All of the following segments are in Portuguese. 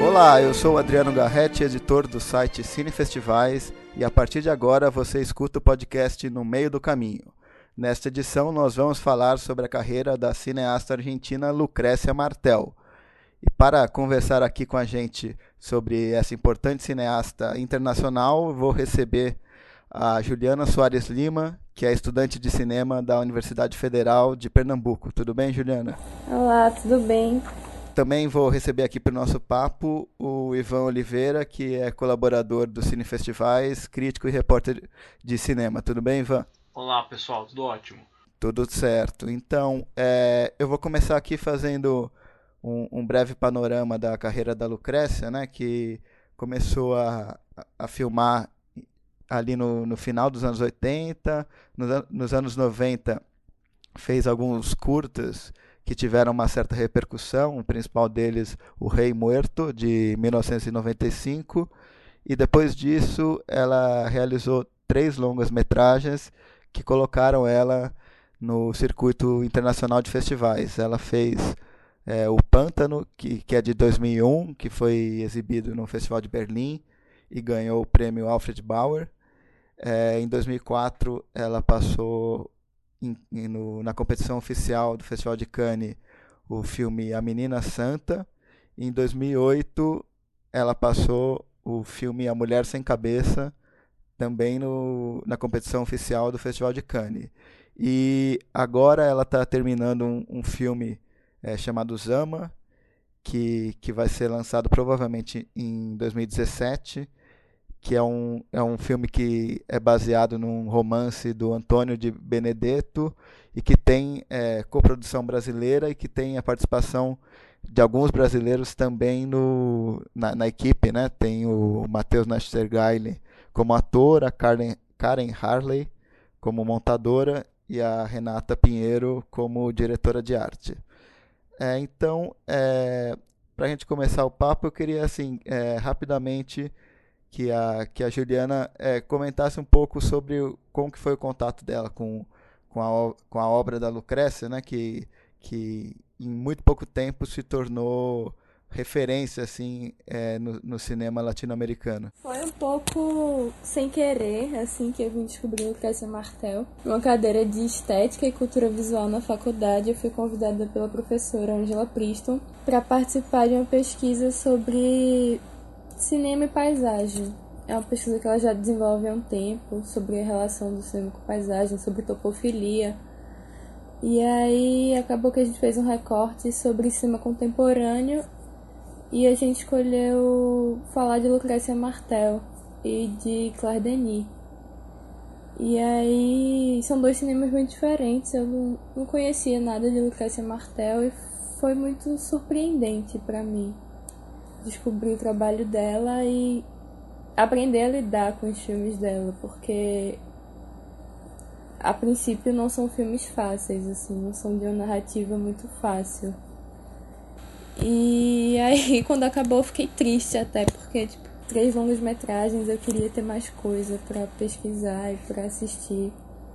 Olá, eu sou o Adriano Garretti, editor do site Cine Festivais, e a partir de agora você escuta o podcast No Meio do Caminho. Nesta edição nós vamos falar sobre a carreira da cineasta argentina Lucrécia Martel. E para conversar aqui com a gente sobre essa importante cineasta internacional, vou receber a Juliana Soares Lima, que é estudante de cinema da Universidade Federal de Pernambuco. Tudo bem, Juliana? Olá, tudo bem? Também vou receber aqui para o nosso papo o Ivan Oliveira, que é colaborador do Cine Festivais, crítico e repórter de cinema. Tudo bem, Ivan? Olá pessoal, tudo ótimo. Tudo certo. Então, eu vou começar aqui fazendo um breve panorama da carreira da Lucrécia, né, que começou a filmar ali no final dos anos 80, nos anos 90 fez alguns curtas que tiveram uma certa repercussão, o principal deles, O Rei Muerto, de 1995, e depois disso ela realizou 3 longas-metragens que colocaram ela no circuito internacional de festivais. Ela fez O Pântano, que é de 2001, que foi exibido no Festival de Berlim e ganhou o prêmio Alfred Bauer. Em 2004 ela passou na competição oficial do Festival de Cannes o filme A Menina Santa. Em 2008 ela passou o filme A Mulher Sem Cabeça, também na competição oficial do Festival de Cannes. E agora ela está terminando um filme chamado Zama, que vai ser lançado provavelmente em 2017, que é um filme que é baseado num romance do Antônio de Benedetto e que tem coprodução brasileira e que tem a participação de alguns brasileiros também na equipe, né? Tem o Matheus Nastergaile como ator, a Karen Harley como montadora e a Renata Pinheiro como diretora de arte. Então, para a gente começar o papo, eu queria assim rapidamente que a Juliana comentasse um pouco sobre como que foi o contato dela com a obra da Lucrécia, né, que em muito pouco tempo se tornou referência assim, no cinema latino-americano. Foi um pouco sem querer, assim, que eu vim descobrir o Lucrécia Martel. Numa cadeira de Estética e Cultura Visual na faculdade, eu fui convidada pela professora Angela Priston para participar de uma pesquisa sobre cinema e paisagem. É uma pesquisa que ela já desenvolve há um tempo, sobre a relação do cinema com paisagem, sobre topofilia. E aí acabou que a gente fez um recorte sobre cinema contemporâneo e a gente escolheu falar de Lucrécia Martel e de Claire Denis. E aí são dois cinemas muito diferentes, eu não conhecia nada de Lucrécia Martel e foi muito surpreendente para mim descobrir o trabalho dela e aprender a lidar com os filmes dela, porque a princípio não são filmes fáceis, assim, não são de uma narrativa muito fácil. E aí quando acabou eu fiquei triste até, porque tipo, 3 longas-metragens eu queria ter mais coisa pra pesquisar e pra assistir,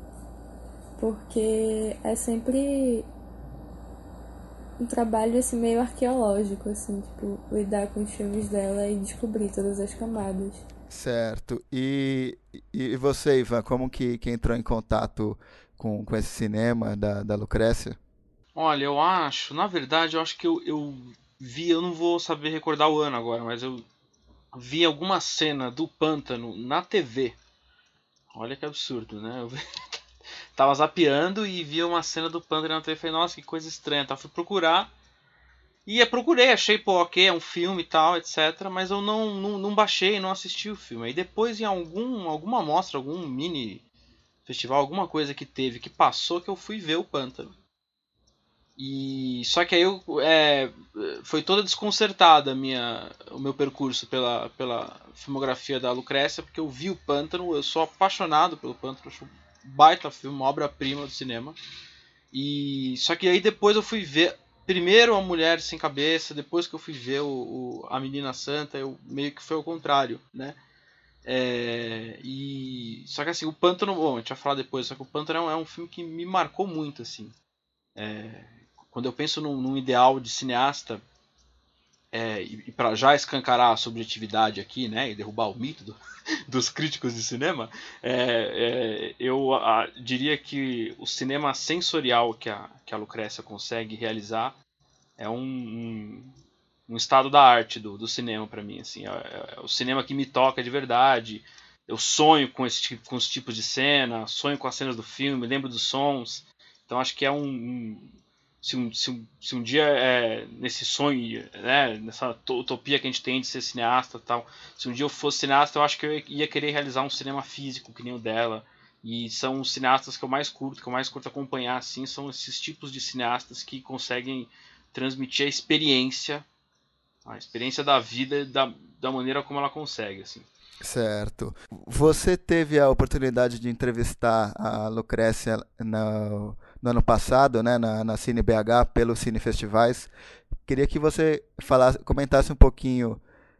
porque é sempre um trabalho assim meio arqueológico, assim, tipo, lidar com os filmes dela e descobrir todas as camadas. Certo. E você, Ivan, como que entrou em contato com esse cinema da Lucrécia? Olha, na verdade, eu acho que eu vi, eu não vou saber recordar o ano agora, mas eu vi alguma cena do Pântano na TV. Olha que absurdo, né? Eu tava zapeando e vi uma cena do Pântano na TV e falei, nossa, que coisa estranha. Então fui procurar e procurei, achei, pô, ok, é um filme e tal, etc. Mas eu não baixei, não assisti o filme. Aí depois em alguma mostra, algum mini festival, alguma coisa que teve, que passou, que eu fui ver o Pântano. E só que aí foi toda desconcertada o meu percurso pela filmografia da Lucrécia, porque eu vi o Pântano, eu sou apaixonado pelo Pântano, acho um baita filme, uma obra-prima do cinema. E só que aí depois eu fui ver primeiro A Mulher Sem Cabeça, depois que eu fui ver A Menina Santa, eu meio que foi ao contrário, né? Só que assim, o Pântano, bom, a gente vai falar depois, só que o Pântano é um filme que me marcou muito, assim. Quando eu penso num ideal de cineasta, e para já escancarar a subjetividade aqui, né, e derrubar o mito dos críticos de cinema, eu diria que o cinema sensorial que a Lucrécia consegue realizar é um estado da arte do cinema para mim. Assim, é o cinema que me toca de verdade. Eu sonho com os tipos de cena, sonho com as cenas do filme, lembro dos sons. Então acho que se um dia nesse sonho, né, nessa utopia que a gente tem de ser cineasta, tal, se um dia eu fosse cineasta, eu acho que eu ia querer realizar um cinema físico que nem o dela. E são os cineastas que eu mais curto acompanhar, assim, são esses tipos de cineastas que conseguem transmitir a experiência da vida da maneira como ela consegue, assim. Certo. Você teve a oportunidade de entrevistar a Lucrécia no ano passado, né, na Cine BH, pelos Cine Festivais. Queria que você comentasse um pouquinho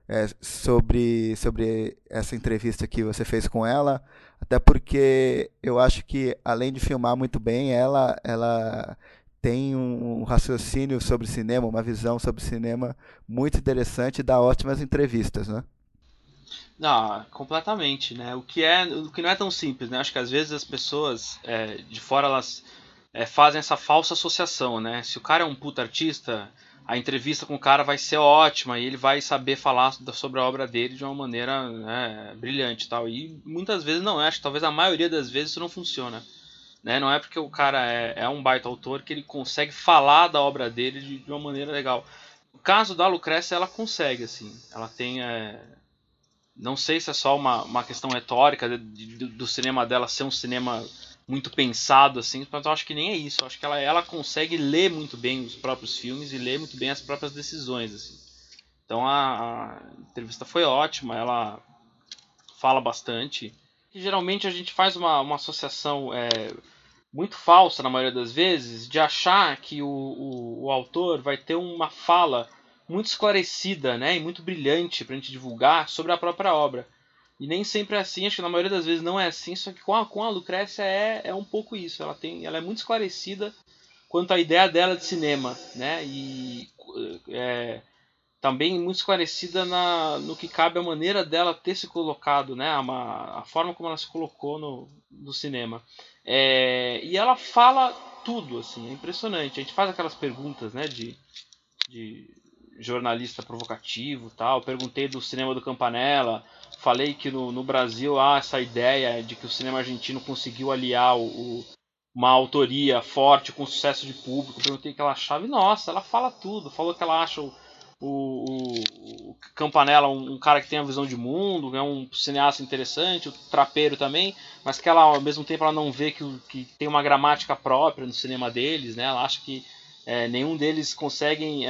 sobre essa entrevista que você fez com ela, até porque eu acho que, além de filmar muito bem, ela tem um raciocínio sobre cinema, uma visão sobre cinema muito interessante e dá ótimas entrevistas, né? Não, completamente, né? O que não é tão simples, né? Acho que às vezes as pessoas de fora elas fazem essa falsa associação, né? Se o cara é um puta artista, a entrevista com o cara vai ser ótima e ele vai saber falar sobre a obra dele de uma maneira, né, brilhante, e tal. E muitas vezes não, acho que talvez a maioria das vezes isso não funciona, né? Não é porque o cara é um baita autor que ele consegue falar da obra dele de uma maneira legal. O caso da Lucrécia, ela consegue, assim. Ela tem não sei se é só uma questão retórica do cinema dela ser um cinema muito pensado, assim, mas eu acho que nem é isso. Eu acho que ela consegue ler muito bem os próprios filmes e ler muito bem as próprias decisões, assim. Então a entrevista foi ótima, ela fala bastante. E geralmente a gente faz uma associação muito falsa, na maioria das vezes, de achar que o autor vai ter uma fala muito esclarecida, né, e muito brilhante para a gente divulgar sobre a própria obra. E nem sempre é assim, acho que na maioria das vezes não é assim, só que com a Lucrécia é um pouco isso. Ela é muito esclarecida quanto à ideia dela de cinema, né? E também muito esclarecida no que cabe a maneira dela ter se colocado, né? A forma como ela se colocou no cinema. E ela fala tudo, assim, é impressionante. A gente faz aquelas perguntas, né, de jornalista provocativo, tal. Perguntei do cinema do Campanella, falei que no Brasil há essa ideia de que o cinema argentino conseguiu aliar uma autoria forte com sucesso de público. Perguntei o que ela achava e, nossa, ela fala tudo. Falou que ela acha o Campanella um cara que tem uma visão de mundo, é um cineasta interessante, o Trapeiro também, mas que ela, ao mesmo tempo, ela não vê que tem uma gramática própria no cinema deles, né? Ela acha que nenhum deles conseguem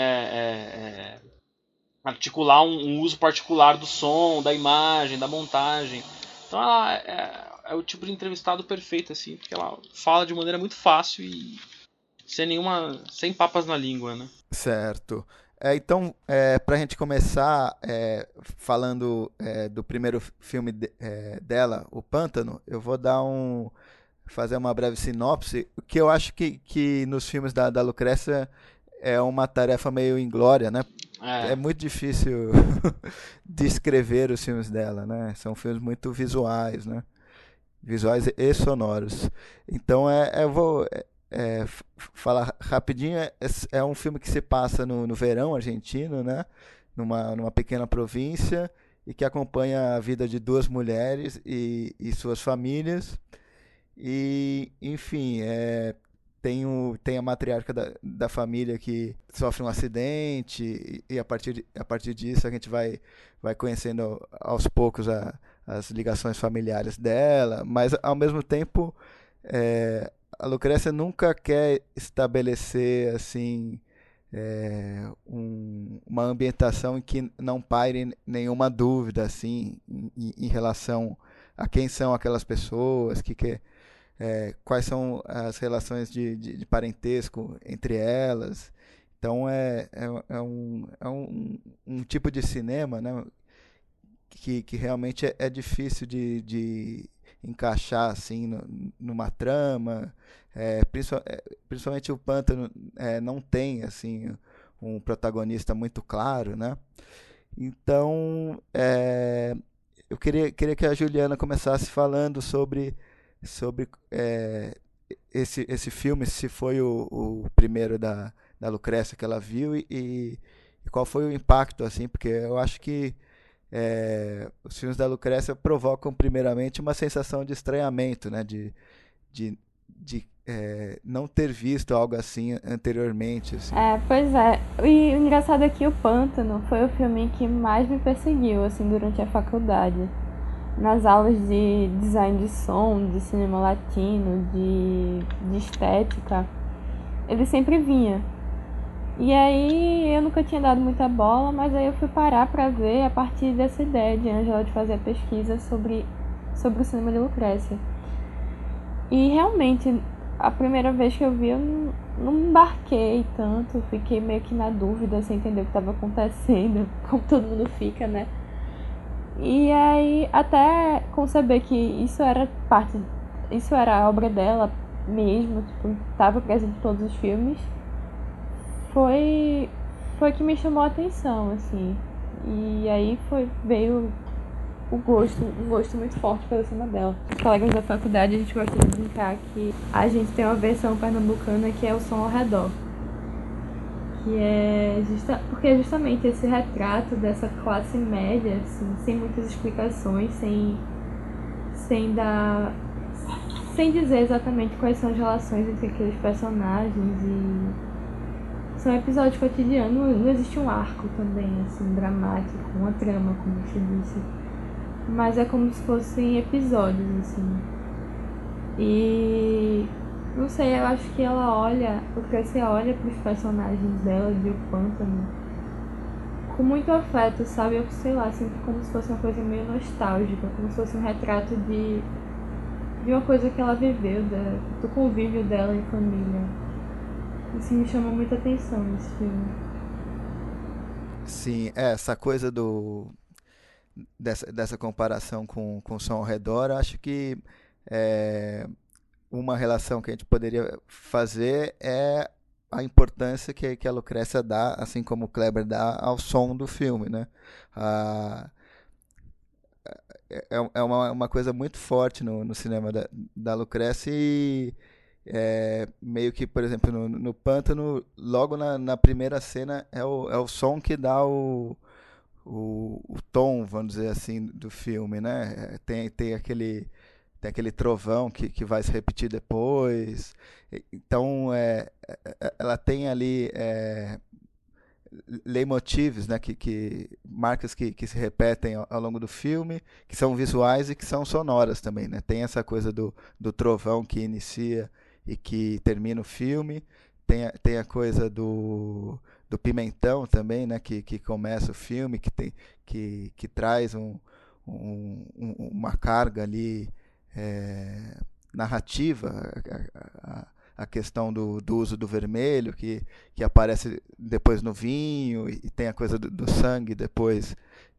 articular um uso particular do som, da imagem, da montagem. Então ela é o tipo de entrevistado perfeito, assim, porque ela fala de maneira muito fácil e sem papas na língua, né? Certo. Então, para a gente começar falando do primeiro filme dela, O Pântano, eu vou fazer uma breve sinopse, que eu acho que nos filmes da Lucrécia é uma tarefa meio inglória, né? É É, muito difícil descrever os filmes dela, né? São filmes muito visuais, né? Visuais e sonoros. Então, eu vou falar rapidinho. É um filme que se passa no verão argentino, né? Numa pequena província e que acompanha a vida de duas mulheres e suas famílias. E, enfim, tem a matriarca da família que sofre um acidente e a partir disso a gente vai conhecendo aos poucos as ligações familiares dela, mas ao mesmo tempo a Lucrécia nunca quer estabelecer assim uma ambientação em que não paire nenhuma dúvida assim em relação a quem são aquelas pessoas, quais são as relações de parentesco entre elas. Então é um tipo de cinema, né, que realmente é difícil de encaixar assim numa trama. Principalmente o Pântano não tem assim um protagonista muito claro, né? Então, eu queria que a Juliana começasse falando sobre esse filme, se foi o primeiro da Lucrécia que ela viu e qual foi o impacto, assim, porque eu acho que os filmes da Lucrécia provocam primeiramente uma sensação de estranhamento, né? De não ter visto algo assim anteriormente, assim. Pois é. E o engraçado é que O Pântano foi o filme que mais me perseguiu, assim, durante a faculdade. Nas aulas de design de som, de cinema latino, de estética, ele sempre vinha. E aí eu nunca tinha dado muita bola, mas aí eu fui parar pra ver a partir dessa ideia de Ângela de fazer a pesquisa sobre o cinema de Lucrécia. E realmente, a primeira vez que eu vi, eu não me embarquei tanto, fiquei meio que na dúvida, sem entender o que estava acontecendo, como todo mundo fica, né? E aí, até conceber que isso era a obra dela mesmo, tipo, estava presente em todos os filmes, foi que me chamou a atenção, assim. E aí veio um gosto muito forte pela cena dela. Os colegas da faculdade, a gente gosta de brincar que a gente tem uma versão pernambucana que é O Som ao Redor. Que porque é justamente esse retrato dessa classe média, assim, sem muitas explicações, sem dizer exatamente quais são as relações entre aqueles personagens e são episódios cotidianos, não existe um arco também, assim, dramático, uma trama, como você disse. Mas é como se fossem episódios, assim. E não sei, eu acho que o Cresce olha pros personagens dela de O Pântano com muito afeto, sabe? Eu sei lá, sinto como se fosse uma coisa meio nostálgica, como se fosse um retrato de uma coisa que ela viveu, do convívio dela em família. Isso me chama muita atenção nesse filme. Sim, essa coisa dessa comparação com o som ao redor, acho que é, uma relação que a gente poderia fazer é a importância que a Lucrécia dá, assim como o Kleber dá, ao som do filme, né? Ah, é uma coisa muito forte no cinema da Lucrécia e meio que, por exemplo, no Pântano, logo na primeira cena é o som que dá o tom, vamos dizer assim, do filme, né? Tem aquele trovão que vai se repetir depois. Então, ela tem ali leitmotivs, né? Marcas que se repetem ao longo do filme, que são visuais e que são sonoras também, né? Tem essa coisa do trovão que inicia e que termina o filme. Tem a coisa do pimentão também, né? Que começa o filme, que traz uma carga ali narrativa, a questão do uso do vermelho, que aparece depois no vinho, e tem a coisa do sangue depois,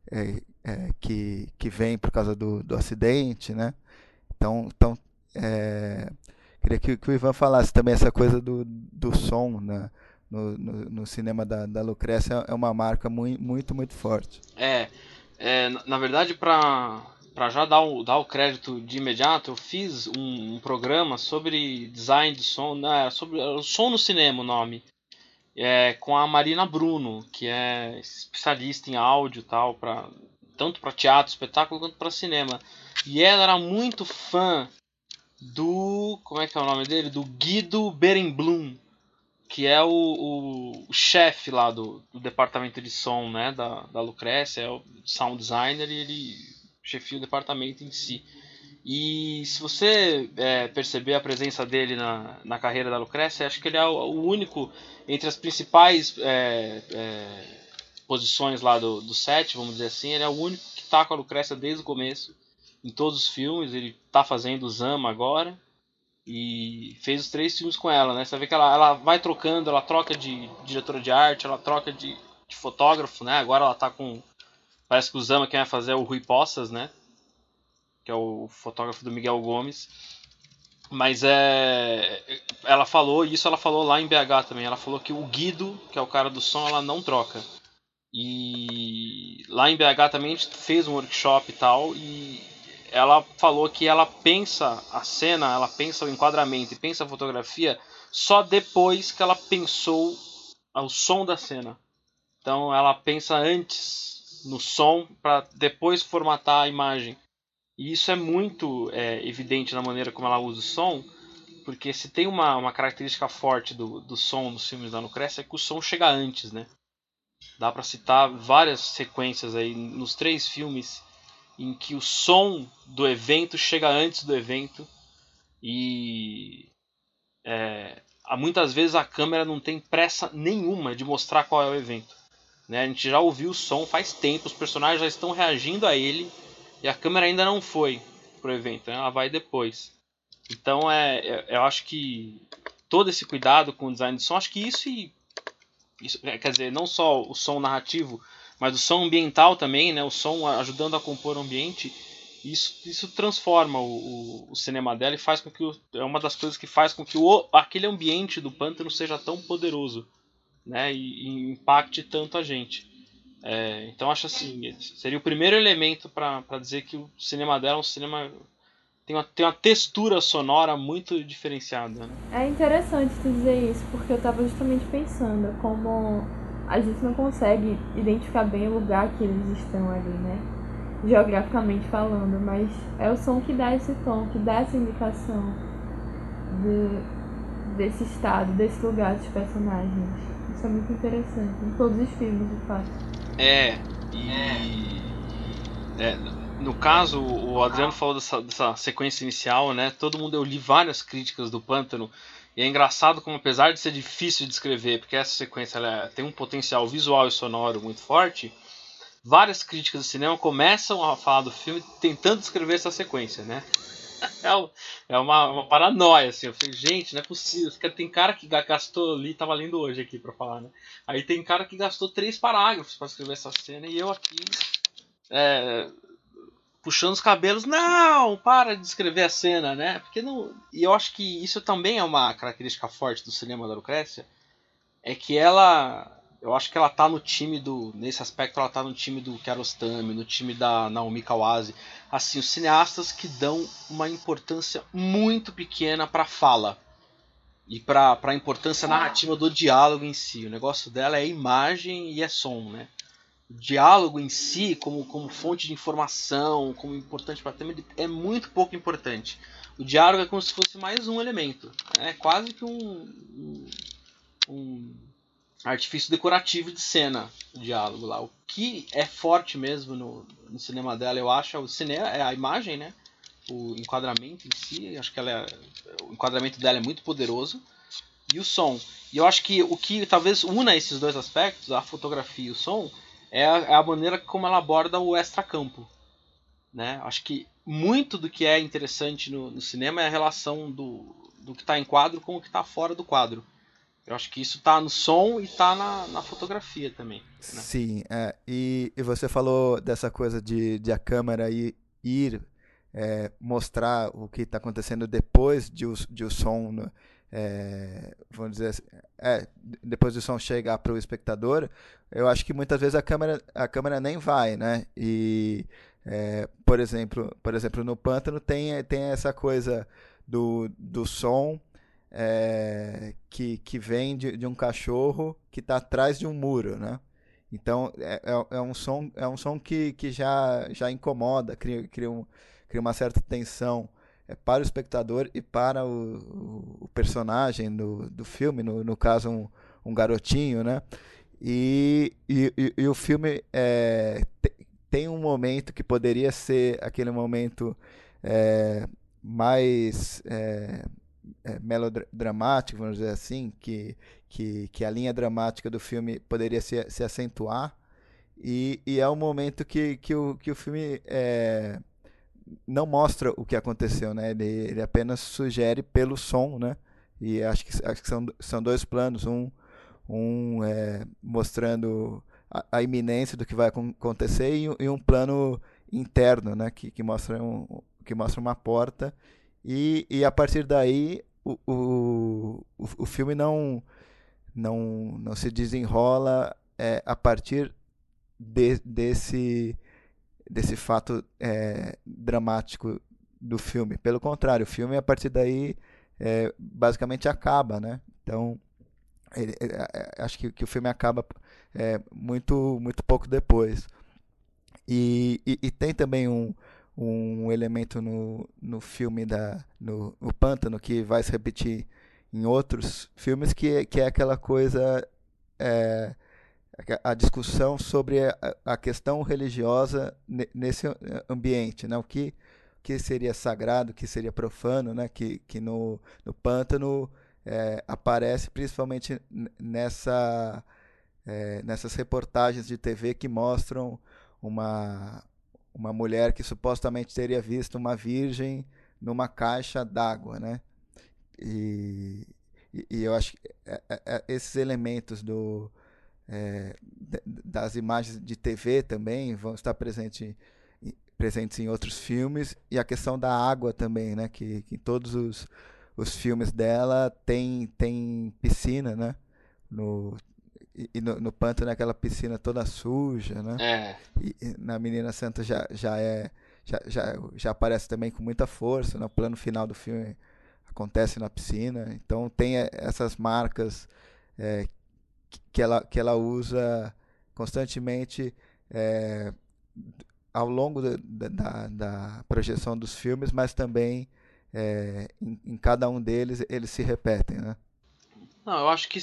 que vem por causa do acidente, né? Então queria que o Ivan falasse também essa coisa do som, né? No cinema da Lucrécia é uma marca muito, muito, muito forte. Na verdade, para já dar o crédito de imediato, eu fiz um programa sobre design de som, né, sobre o som no cinema, o nome, com a Marina Bruno, que é especialista em áudio e tal, tanto para teatro, espetáculo, quanto para cinema. E ela era muito fã como é que é o nome dele? Do Guido Berenblum, que é o chefe lá do departamento de som, né, da Lucrécia, é o sound designer, e ele chefia o departamento em si. E se você perceber a presença dele na carreira da Lucrécia, acho que ele é o único entre as principais posições lá do set, vamos dizer assim, ele é o único que está com a Lucrécia desde o começo, em todos os filmes. Ele está fazendo o Zama agora, e fez os 3 filmes com ela, né? Você vê que ela vai trocando, ela troca de diretora de arte, ela troca de fotógrafo, né? Agora ela tá com... Parece que o Zama quem vai fazer é o Rui Poças, né? Que é o fotógrafo do Miguel Gomes. Mas ela falou, e isso ela falou lá em BH também. Ela falou que o Guido, que é o cara do som, ela não troca. E lá em BH também a gente fez um workshop e tal. E ela falou que ela pensa a cena, ela pensa o enquadramento e pensa a fotografia só depois que ela pensou o som da cena. Então ela pensa antes no som para depois formatar a imagem. E isso é muito evidente na maneira como ela usa o som, porque se tem uma característica forte do som nos filmes da Lucrécia é que o som chega antes, né? Dá para citar várias sequências aí nos 3 filmes em que o som do evento chega antes do evento e muitas vezes a câmera não tem pressa nenhuma de mostrar qual é o evento. Né? A gente já ouviu o som faz tempo, os personagens já estão reagindo a ele e a câmera ainda não foi pro evento, né? Ela vai depois. Então eu acho que todo esse cuidado com o design de som, acho que isso quer dizer, não só o som narrativo, mas o som ambiental também, né? O som ajudando a compor o ambiente, isso transforma o cinema dela e faz com que é uma das coisas que faz com que aquele ambiente do pântano seja tão poderoso, né? E impacte tanto a gente. Então acho assim, seria o primeiro elemento para dizer que o cinema dela é um cinema tem uma textura sonora muito diferenciada, né? É interessante tu dizer isso, porque eu tava justamente pensando como a gente não consegue identificar bem o lugar que eles estão ali, né? Geograficamente falando, mas é o som que dá esse tom, que dá essa indicação desse estado, desse lugar dos personagens. Isso é muito interessante, em todos os filmes, de fato. E no caso, o Adriano falou dessa sequência inicial, né? Eu li várias críticas do Pântano. E é engraçado como, apesar de ser difícil de escrever, porque essa sequência tem um potencial visual e sonoro muito forte, várias críticas do cinema começam a falar do filme tentando descrever essa sequência, né? É uma paranoia, assim. Eu falei, gente, não é possível. Tem cara que gastou ali, tava lendo hoje aqui pra falar, né? Aí tem cara que gastou 3 parágrafos pra escrever essa cena e eu aqui puxando os cabelos, não, para de descrever a cena, né? Porque não. E eu acho que isso também é uma característica forte do cinema da Lucrécia, é que eu acho que ela tá no time nesse aspecto ela tá no time do Kiarostami, no time da Naomi Kawase, assim, os cineastas que dão uma importância muito pequena para fala e para a importância narrativa do diálogo em si. O negócio dela é imagem e é som, né? O diálogo em si, como fonte de informação, como importante para a tema, é muito pouco importante. O diálogo é como se fosse mais um elemento. É quase que um artifício decorativo de cena, o diálogo lá. O que é forte mesmo no cinema dela, eu acho, é a imagem, né? O enquadramento em si, acho que o enquadramento dela é muito poderoso. E o som. E eu acho que o que talvez una esses dois aspectos, a fotografia e o som, é a maneira como ela aborda o extracampo. Né? Acho que muito do que é interessante no cinema é a relação do que está em quadro com o que está fora do quadro. Eu acho que isso está no som e está na fotografia também. Né? Sim, e você falou dessa coisa de a câmera ir mostrar o que está acontecendo depois de o som, né, vamos dizer assim, depois do som chegar para o espectador. Eu acho que muitas vezes a câmera nem vai, né? E, por exemplo, no Pântano tem essa coisa do som que vem de um cachorro que está atrás de um muro, né? Então é um som que já incomoda, cria uma certa tensão para o espectador e para o personagem do filme, no caso um garotinho, né? E o filme tem um momento que poderia ser aquele momento mais melodramático, vamos dizer assim, que a linha dramática do filme poderia se acentuar, e é um momento que o filme não mostra o que aconteceu, né? Ele apenas sugere pelo som, né? E acho que são 2 planos, um mostrando a iminência do que vai acontecer e um plano interno, né? Que mostra uma porta E a partir daí o filme não se desenrola a partir desse fato dramático do filme. Pelo contrário, o filme a partir daí basicamente acaba, né? Então, acho que o filme acaba muito pouco depois. E tem também um elemento no filme no Pântano que vai se repetir em outros filmes, que é aquela coisa, é, a discussão sobre a questão religiosa nesse ambiente, né? O que seria sagrado, o que seria profano, né? Que no Pântano aparece principalmente nessas reportagens de TV que mostram uma, uma mulher que supostamente teria visto uma virgem numa caixa d'água, né? E eu acho que esses elementos das imagens de TV também vão estar presentes em outros filmes, e a questão da água também, né? Que todos os filmes dela tem piscina, né? No, no Pântano é aquela piscina toda suja, né? É. E na Menina Santa já aparece também com muita força, né? O plano final do filme acontece na piscina, então tem essas marcas é, que ela usa constantemente é, ao longo da projeção dos filmes, mas também em cada um deles eles se repetem, né? Não, eu acho que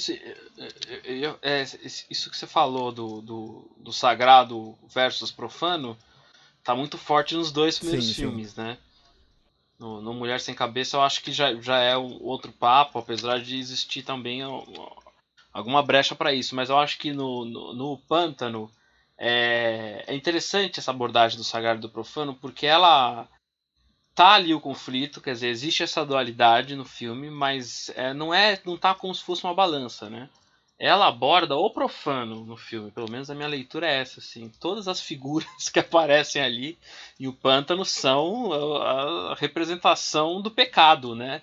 isso que você falou do sagrado versus profano tá muito forte nos dois primeiros Sim, sim. filmes, né? No Mulher Sem Cabeça eu acho que já é um outro papo, apesar de existir também alguma brecha para isso. Mas eu acho que no Pântano é interessante essa abordagem do sagrado e do profano, porque ela tá ali o conflito, quer dizer, existe essa dualidade no filme, mas não tá como se fosse uma balança, né? Ela aborda o profano no filme, pelo menos a minha leitura é essa, assim. Todas as figuras que aparecem ali e o pântano são a representação do pecado, né?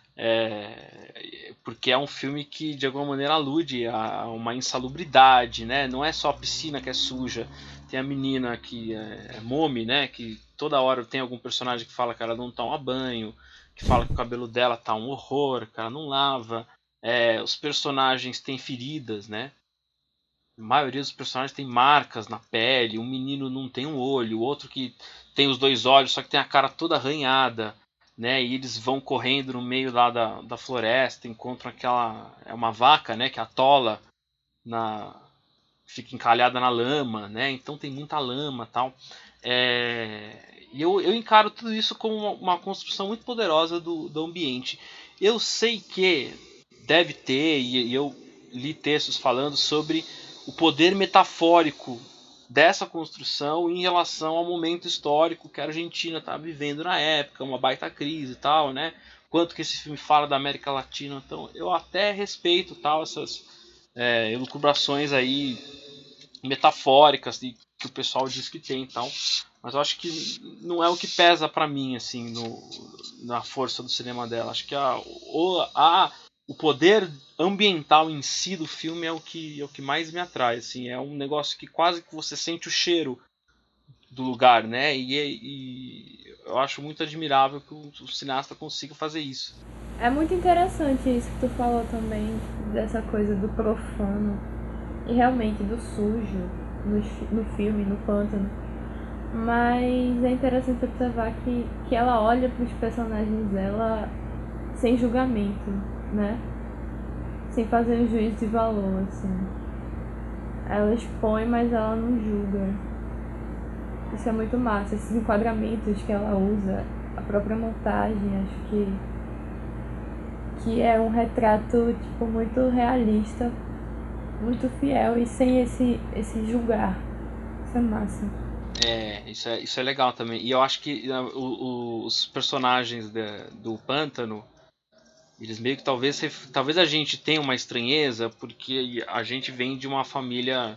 Porque é um filme que de alguma maneira alude a uma insalubridade, né? Não é só a piscina que é suja, tem a menina que é Momi, né? Que toda hora tem algum personagem que fala que ela não toma banho, que fala que o cabelo dela tá um horror, que ela não lava. Os personagens têm feridas, né? A maioria dos personagens tem marcas na pele, um menino não tem um olho, o outro que tem os dois olhos, só que tem a cara toda arranhada, né? E eles vão correndo no meio lá da floresta, encontram aquela. É uma vaca, né? Que atola na. Fica encalhada na lama, né? Então tem muita lama tal. E eu encaro tudo isso como uma construção muito poderosa do ambiente. Eu sei que deve ter, e eu li textos falando sobre o poder metafórico dessa construção em relação ao momento histórico que a Argentina estava vivendo na época, uma baita crise e tal, né? Quanto que esse filme fala da América Latina, então eu até respeito tal essas elucubrações aí metafóricas que o pessoal diz que tem e tal, mas eu acho que não é o que pesa para mim assim na força do cinema dela. Acho que o poder ambiental em si do filme é o que mais me atrai, assim, é um negócio que quase que você sente o cheiro do lugar, né? E eu acho muito admirável que o cineasta consiga fazer isso. É muito interessante isso que tu falou também, dessa coisa do profano e realmente do sujo no filme, no pântano. Mas é interessante observar que ela olha para os personagens dela sem julgamento, né? Sem fazer um juízo de valor, assim. Ela expõe, mas ela não julga. Isso é muito massa, esses enquadramentos que ela usa, a própria montagem, acho que é um retrato tipo muito realista, muito fiel e sem esse julgar. Isso é massa. Isso é legal também. E eu acho que os personagens do Pântano, eles meio que talvez a gente tenha uma estranheza, porque a gente vem de uma família,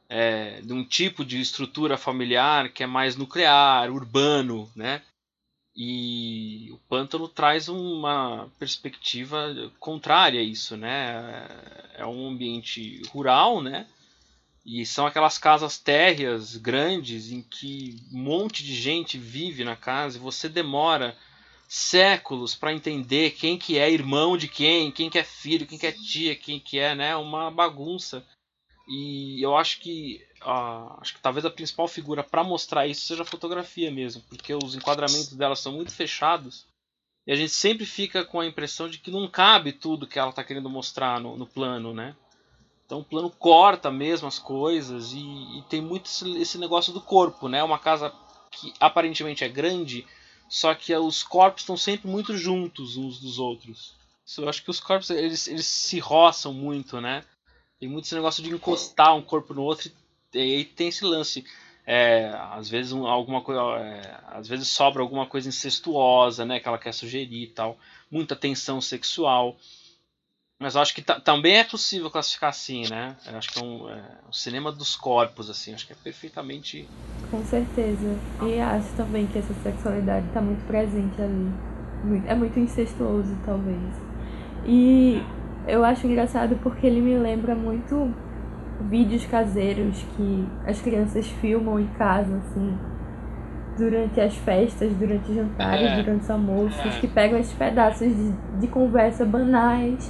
de um tipo de estrutura familiar que é mais nuclear, urbano, né? E o pântano traz uma perspectiva contrária a isso, né? É um ambiente rural, né? E são aquelas casas térreas grandes em que um monte de gente vive na casa e você demora séculos para entender quem que é irmão de quem que é filho, quem que é tia, quem que é, né? Uma bagunça. E eu acho que talvez a principal figura para mostrar isso seja a fotografia mesmo, porque os enquadramentos dela são muito fechados e a gente sempre fica com a impressão de que não cabe tudo que ela está querendo mostrar no plano, né? Então o plano corta mesmo as coisas e tem muito esse negócio do corpo, né? Uma casa que aparentemente é grande, só que os corpos estão sempre muito juntos uns dos outros. Eu acho que os corpos eles se roçam muito, né? Tem muito esse negócio de encostar um corpo no outro e aí tem esse lance. Às vezes alguma coisa, às vezes sobra alguma coisa incestuosa, né? Que ela quer sugerir e tal. Muita tensão sexual. Mas eu acho que também é possível classificar assim, né? Eu acho que um cinema dos corpos, assim. Acho que é perfeitamente. Com certeza. E acho também que essa sexualidade está muito presente ali. É muito incestuoso, talvez. E eu acho engraçado porque ele me lembra muito vídeos caseiros que as crianças filmam em casa, assim, durante as festas, durante os jantares, durante os almoços, que pegam esses pedaços de conversa banais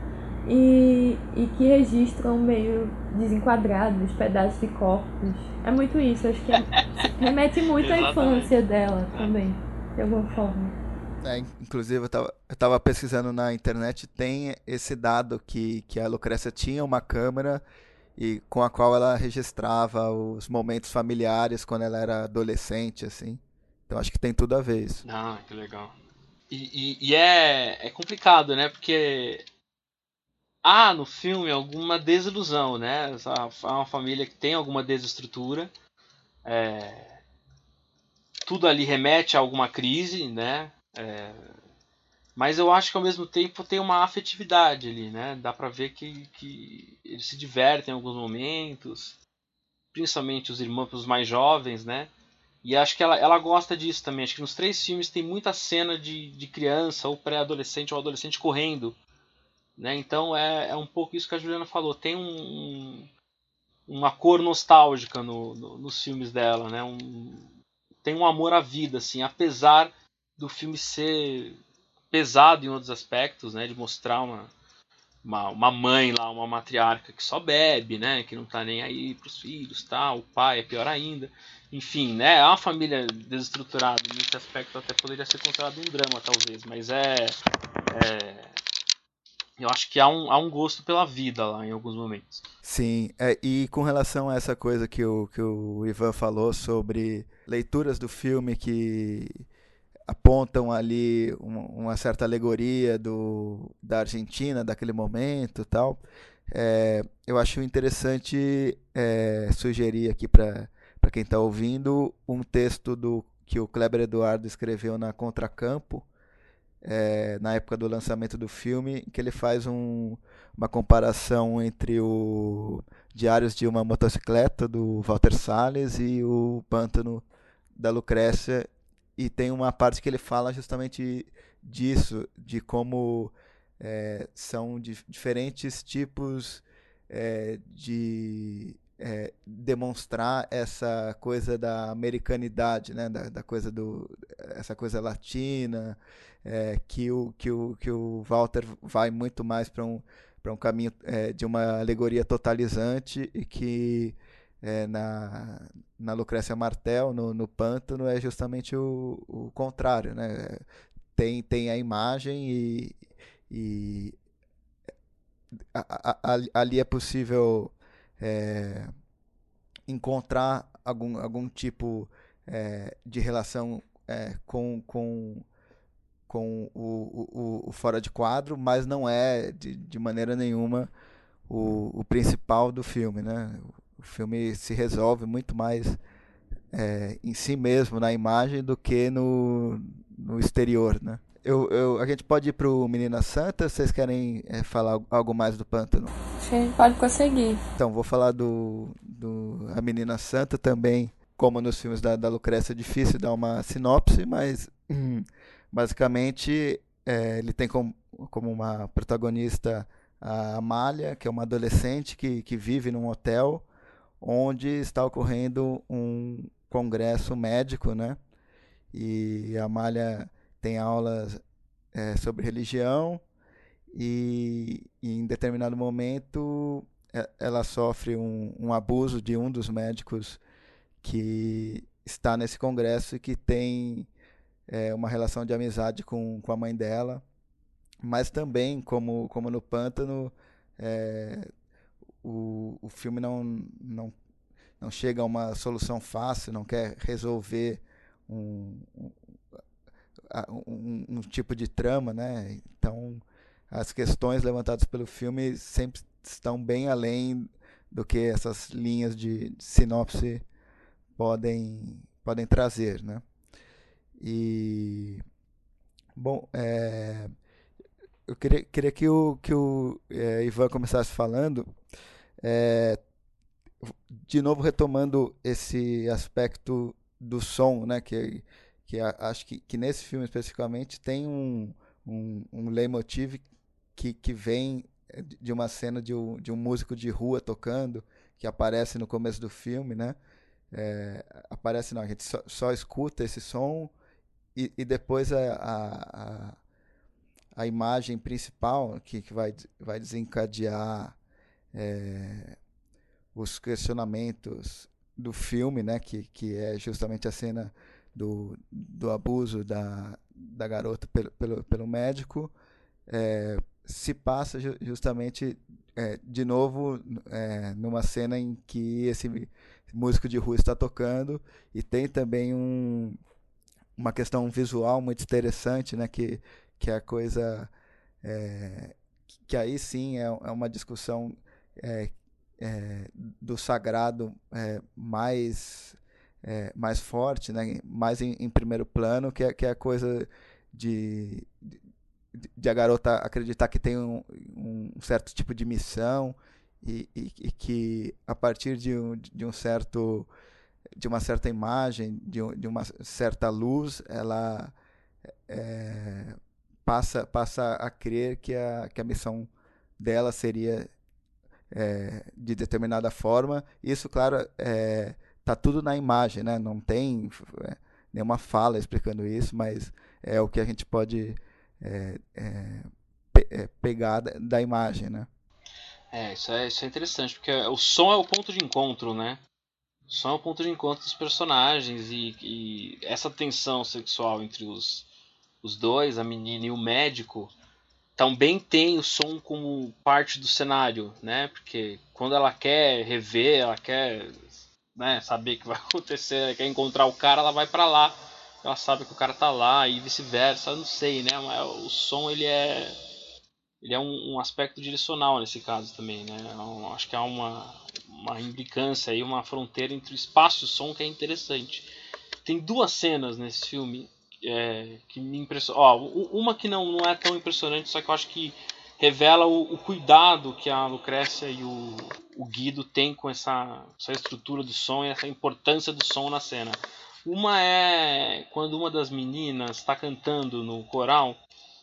e que registram meio desenquadrados, pedaços de corpos. É muito isso, acho que remete muito à infância dela também, de alguma forma. Inclusive, eu tava pesquisando na internet, tem esse dado que a Lucrécia tinha uma câmera e com a qual ela registrava os momentos familiares quando ela era adolescente, assim. Então acho que tem tudo a ver isso. Ah, que legal. E é complicado, né? Porque há no filme alguma desilusão, né? Há uma família que tem alguma desestrutura. Tudo ali remete a alguma crise, né? Mas eu acho que ao mesmo tempo tem uma afetividade ali, né? Dá pra ver que eles se divertem em alguns momentos, principalmente os irmãos, os mais jovens, né? E acho que ela gosta disso também. Acho que nos três filmes tem muita cena de criança, ou pré-adolescente, ou adolescente correndo, né? Então é um pouco isso que a Juliana falou. Tem uma cor nostálgica nos filmes dela, né? Tem um amor à vida, assim, apesar do filme ser pesado em outros aspectos, né? De mostrar uma mãe lá, uma matriarca que só bebe, né? Que não tá nem aí pros filhos, tal. O pai é pior ainda. Enfim, né? É uma família desestruturada. Nesse aspecto até poderia ser considerado um drama, talvez. Mas eu acho que há um gosto pela vida lá em alguns momentos. Sim, e com relação a essa coisa que o Ivan falou sobre leituras do filme que apontam ali uma certa alegoria da Argentina, daquele momento e tal, eu acho interessante sugerir aqui para quem está ouvindo um texto que o Kleber Eduardo escreveu na Contracampo, na época do lançamento do filme, que ele faz uma comparação entre o Diários de uma Motocicleta, do Walter Salles, e o Pântano, da Lucrécia, e tem uma parte que ele fala justamente disso, de como são diferentes tipos de demonstrar essa coisa da americanidade, né? Da coisa essa coisa latina, que o Walter vai muito mais para um caminho de uma alegoria totalizante e que na Lucrécia Martel, no Pântano, é justamente o contrário, né? Tem a imagem e ali é possível é, encontrar algum tipo de relação com o fora de quadro, mas não é de maneira nenhuma o principal do filme, né? O filme se resolve muito mais em si mesmo, na imagem, do que no exterior, né? A gente pode ir pro Menina Santa. Vocês querem falar algo mais do Pântano? Acho que a gente pode conseguir. Então, vou falar A Menina Santa também. como nos filmes da Lucrécia, é difícil dar uma sinopse, mas basicamente ele tem como uma protagonista a Amália, que é uma adolescente que vive num hotel onde está ocorrendo um congresso médico, né? E a Amália tem aulas sobre religião e em determinado momento ela sofre um abuso de um dos médicos que está nesse congresso e que tem uma relação de amizade com a mãe dela, mas também, como no Pântano, é, o filme não chega a uma solução fácil, não quer resolver um, um, um tipo de trama, né? Então, as questões levantadas pelo filme sempre estão bem além do que essas linhas de sinopse podem trazer, né? E bom, eu queria que o Ivan começasse falando, é, de novo retomando esse aspecto do som, né? Acho que nesse filme especificamente tem um leitmotiv que vem de uma cena de um músico de rua tocando, que aparece no começo do filme, né? Aparece não, a gente só escuta esse som e depois a imagem principal que vai desencadear os questionamentos do filme, né, que é justamente a cena do abuso da garota pelo médico, se passa justamente de novo numa cena em que esse músico de rua está tocando, e tem também uma questão visual muito interessante, né, que é a coisa que aí sim é uma discussão é, do sagrado mais forte, né, mais em primeiro plano, que é a coisa de a garota acreditar que tem um certo tipo de missão e que a partir de uma certa imagem, de uma certa luz, ela passa a crer que a missão dela seria de determinada forma. Isso, claro, tá tudo na imagem, né? Não tem nenhuma fala explicando isso, mas é o que a gente pode pegar da imagem, né? Isso é interessante, porque o som é o ponto de encontro, né? O som é o ponto de encontro dos personagens e essa tensão sexual entre os dois, a menina e o médico, também tem o som como parte do cenário, né? Porque quando ela quer rever, ela quer, né, saber o que vai acontecer, ela quer encontrar o cara, ela vai pra lá. Ela sabe que o cara tá lá e vice-versa, eu não sei, né? Mas o som ele é um aspecto direcional nesse caso também, né? Acho que há uma implicância aí, uma fronteira entre o espaço e o som que é interessante. Tem duas cenas nesse filme que me impressionam. Ó, uma que não é tão impressionante, só que eu acho que revela o cuidado que a Lucrécia e o Guido têm com essa estrutura do som e essa importância do som na cena. Uma é quando uma das meninas está cantando no coral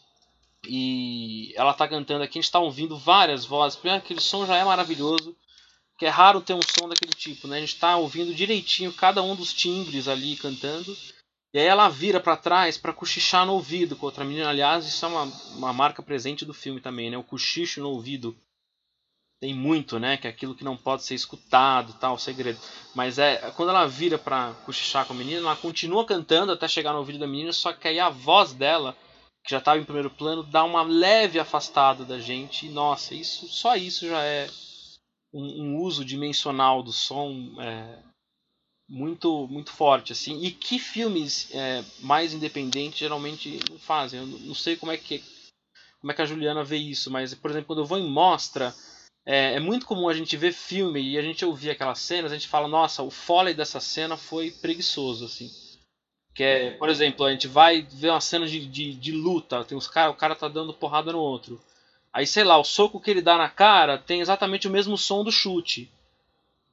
e ela está cantando aqui, a gente está ouvindo várias vozes. Primeiro, aquele som já é maravilhoso, que é raro ter um som daquele tipo, né? A gente está ouvindo direitinho cada um dos timbres ali cantando. E aí ela vira para trás para cochichar no ouvido com outra menina. Aliás, isso é uma marca presente do filme também, né? O cochicho no ouvido tem muito, né? Que é aquilo que não pode ser escutado, tal, o segredo. Mas quando ela vira para cochichar com a menina, ela continua cantando até chegar no ouvido da menina, só que aí a voz dela, que já estava em primeiro plano, dá uma leve afastada da gente. E nossa, só isso já é um uso dimensional do som muito muito forte, assim. E que filmes mais independentes geralmente não fazem. Eu não sei como é que a Juliana vê isso, mas, por exemplo, quando eu vou em mostra, é muito comum a gente ver filme e a gente ouvir aquelas cenas, a gente fala, nossa, o Foley dessa cena foi preguiçoso, assim. Que é, por exemplo, a gente vai ver uma cena de luta, tem o cara tá dando porrada no outro. Aí, sei lá, o soco que ele dá na cara tem exatamente o mesmo som do chute.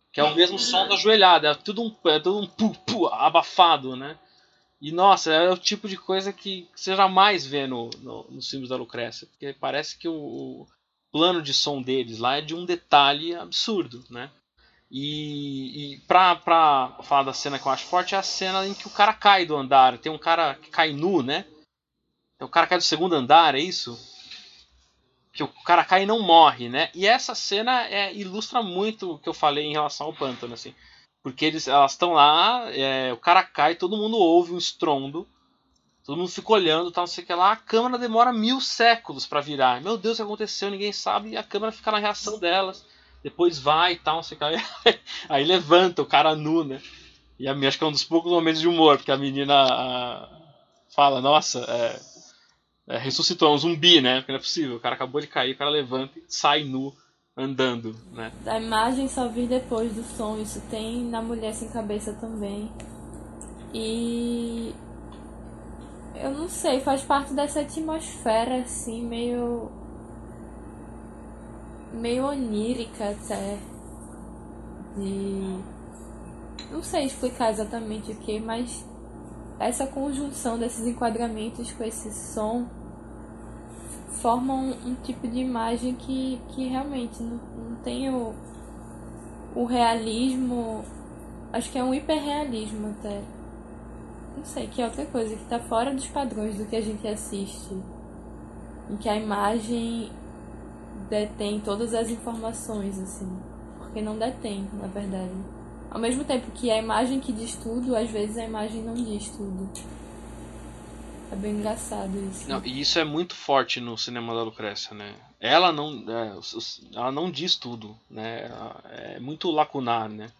Que é o mesmo som da joelhada, é tudo um pu abafado, né? E nossa, é o tipo de coisa que você jamais vê nos filmes da Lucrécia, porque parece que o plano de som deles lá é de um detalhe absurdo, né? E pra falar da cena que eu acho forte, é a cena em que o cara cai do andar. Tem um cara que cai nu, né? Então, o cara cai do segundo andar, é isso? Que o cara cai e não morre, né? E essa cena ilustra muito o que eu falei em relação ao pântano, assim. Porque elas estão lá, o cara cai, todo mundo ouve um estrondo, todo mundo fica olhando, tal, não sei o que lá. A câmera demora 1000 séculos para virar. Meu Deus, o que aconteceu? Ninguém sabe. E a câmera fica na reação delas. Depois vai e tal, não sei o que lá. Aí levanta o cara nu, né? E acho que é um dos poucos momentos de humor, porque a menina fala, nossa, ressuscitou, é um zumbi, né? Porque não é possível. O cara acabou de cair, o cara levanta e sai nu, andando, né? A imagem só vir depois do som, isso tem na Mulher Sem Cabeça também. E eu não sei, faz parte dessa atmosfera assim, meio onírica até. De não sei explicar exatamente o que, mas essa conjunção desses enquadramentos com esse som formam um tipo de imagem que realmente não tem o realismo, acho que é um hiperrealismo até. Não sei, que é outra coisa, que tá fora dos padrões do que a gente assiste. Em que a imagem detém todas as informações, assim. Porque não detém, na verdade. Ao mesmo tempo que a imagem que diz tudo, às vezes a imagem não diz tudo. É bem engraçado isso. Não, e isso é muito forte no cinema da Lucrécia, né? Ela não diz tudo, né? É muito lacunar, né?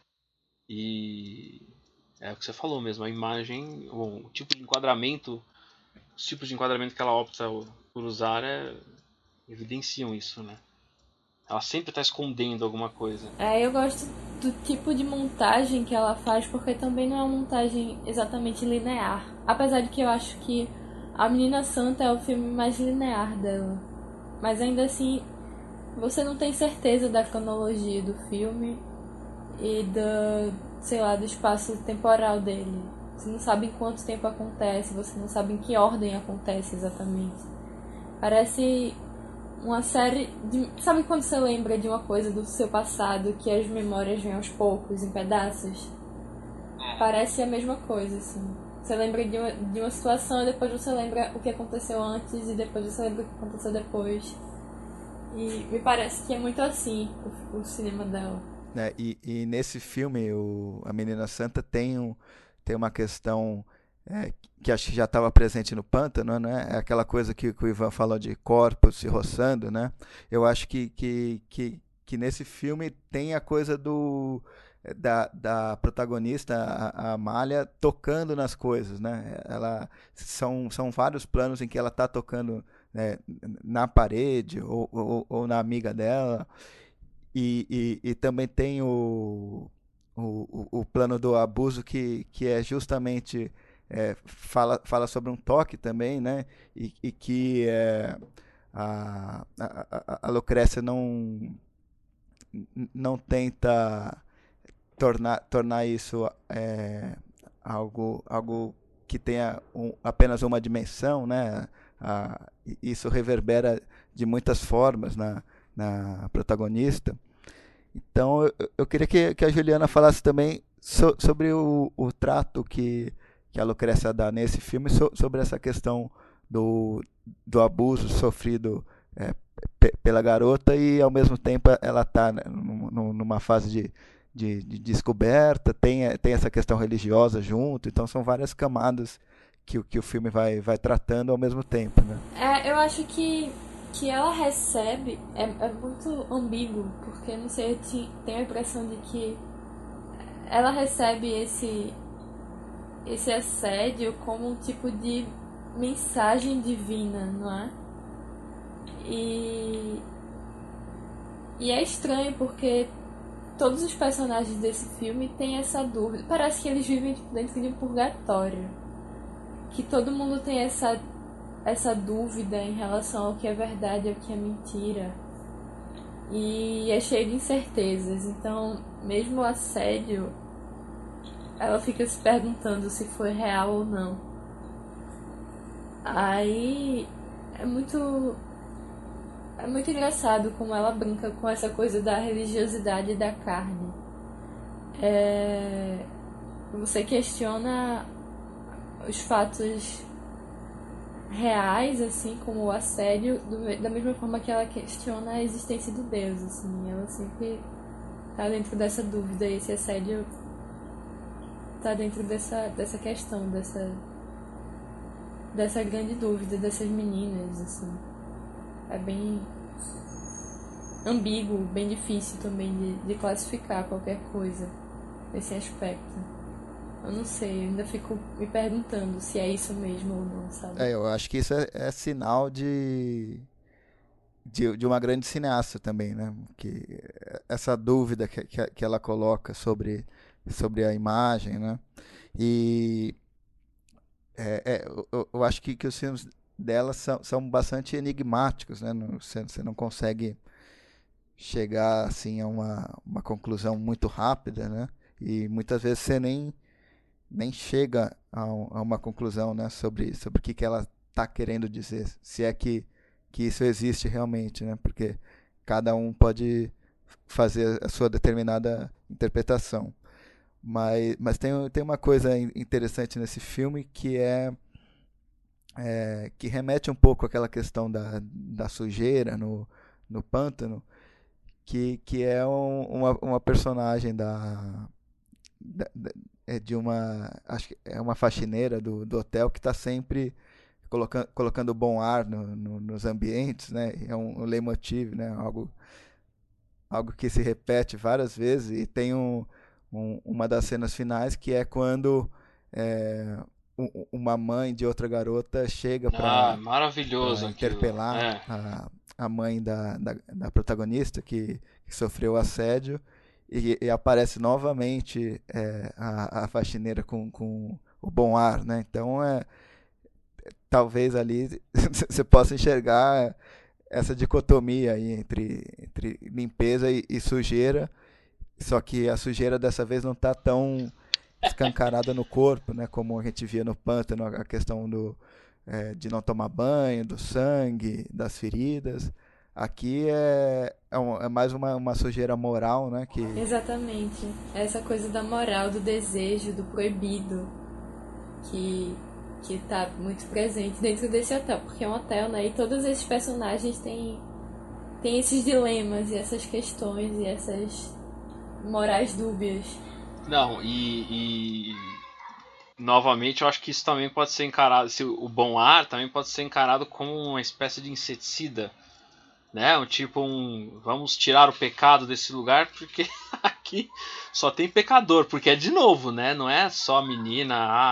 E é o que você falou mesmo, a imagem, o tipo de enquadramento, os tipos de enquadramento que ela opta por usar evidenciam isso, né? Ela sempre está escondendo alguma coisa. Eu gosto do tipo de montagem que ela faz, porque também não é uma montagem exatamente linear. Apesar de que eu acho que A Menina Santa é o filme mais linear dela. Mas ainda assim, você não tem certeza da cronologia do filme e do espaço temporal dele. Você não sabe em quanto tempo acontece, você não sabe em que ordem acontece exatamente. Parece uma série de... Sabe quando você lembra de uma coisa do seu passado que as memórias vêm aos poucos, em pedaços? Parece a mesma coisa, assim. Você lembra de uma situação e depois você lembra o que aconteceu antes e depois você lembra o que aconteceu depois. E me parece que é muito assim o cinema dela. E nesse filme, A Menina Santa tem uma questão que acho que já estava presente no Pântano, né? É aquela coisa que o Ivan falou de corpos se roçando, né? Eu acho que nesse filme tem a coisa da protagonista, a Amália, tocando nas coisas, né? São vários planos em que ela está tocando, né, na parede ou na amiga dela. E também tem o plano do abuso que é justamente fala sobre um toque também, né? E que a Lucrécia não tenta tornar isso algo que tenha apenas uma dimensão, né? Isso reverbera de muitas formas na protagonista. Então eu queria que a Juliana falasse também sobre o trato que a Lucrécia dá nesse filme, sobre essa questão do abuso sofrido pela garota, e ao mesmo tempo ela está numa fase de descoberta, tem essa questão religiosa junto, então são várias camadas que o filme vai tratando ao mesmo tempo, né? Eu acho que ela recebe é muito ambíguo, porque não sei, eu tenho a impressão de que ela recebe esse assédio como um tipo de mensagem divina, não é? E é estranho porque todos os personagens desse filme têm essa dúvida. Parece que eles vivem dentro de um purgatório, que todo mundo tem essa dúvida em relação ao que é verdade e ao que é mentira. e é cheio de incertezas. Então, mesmo o assédio, ela fica se perguntando se foi real ou não. Aí é muito engraçado como ela brinca com essa coisa da religiosidade e da carne. Você questiona os fatos reais, assim, como o assédio, da mesma forma que ela questiona a existência do Deus, assim. Ela sempre tá dentro dessa dúvida, e esse assédio tá dentro dessa questão, dessa grande dúvida dessas meninas, assim. É bem ambíguo, bem difícil também de classificar qualquer coisa nesse aspecto. Eu não sei, eu ainda fico me perguntando se é isso mesmo ou não, sabe? Eu acho que isso é sinal de uma grande cineasta também, né? Que essa dúvida que ela coloca sobre a imagem, né? E eu acho que os filmes dela são bastante enigmáticos, né? Você não consegue chegar assim a uma conclusão muito rápida, né? E muitas vezes você nem chega a uma conclusão, né, sobre o que ela está querendo dizer, se é que isso existe realmente, né? Porque cada um pode fazer a sua determinada interpretação. Mas tem uma coisa interessante nesse filme que remete um pouco àquela questão da sujeira no pântano, que é uma personagem de uma, acho que é uma faxineira do hotel que está sempre colocando bom ar nos ambientes, né? É um leitmotiv, né? Algo que se repete várias vezes, e tem uma das cenas finais que é quando é, uma mãe de outra garota chega Ah, para maravilhoso aquilo. interpelar É. a mãe da protagonista que sofreu assédio, e aparece novamente a faxineira com o bom ar, né? Então, talvez ali você possa enxergar essa dicotomia aí entre limpeza e sujeira, só que a sujeira dessa vez não está tão escancarada no corpo, né? Como a gente via no pântano, a questão de não tomar banho, do sangue, das feridas. Aqui é mais uma sujeira moral, né? Exatamente. Essa coisa da moral, do desejo, do proibido, que, que tá muito presente dentro desse hotel. Porque é um hotel, né? E todos esses personagens têm esses dilemas e essas questões e essas morais dúbias. Não, novamente eu acho que isso também pode ser encarado, se o bom ar também pode ser encarado como uma espécie de inseticida, né? Vamos tirar o pecado desse lugar porque aqui só tem pecador, porque é de novo, né? Não é só a menina,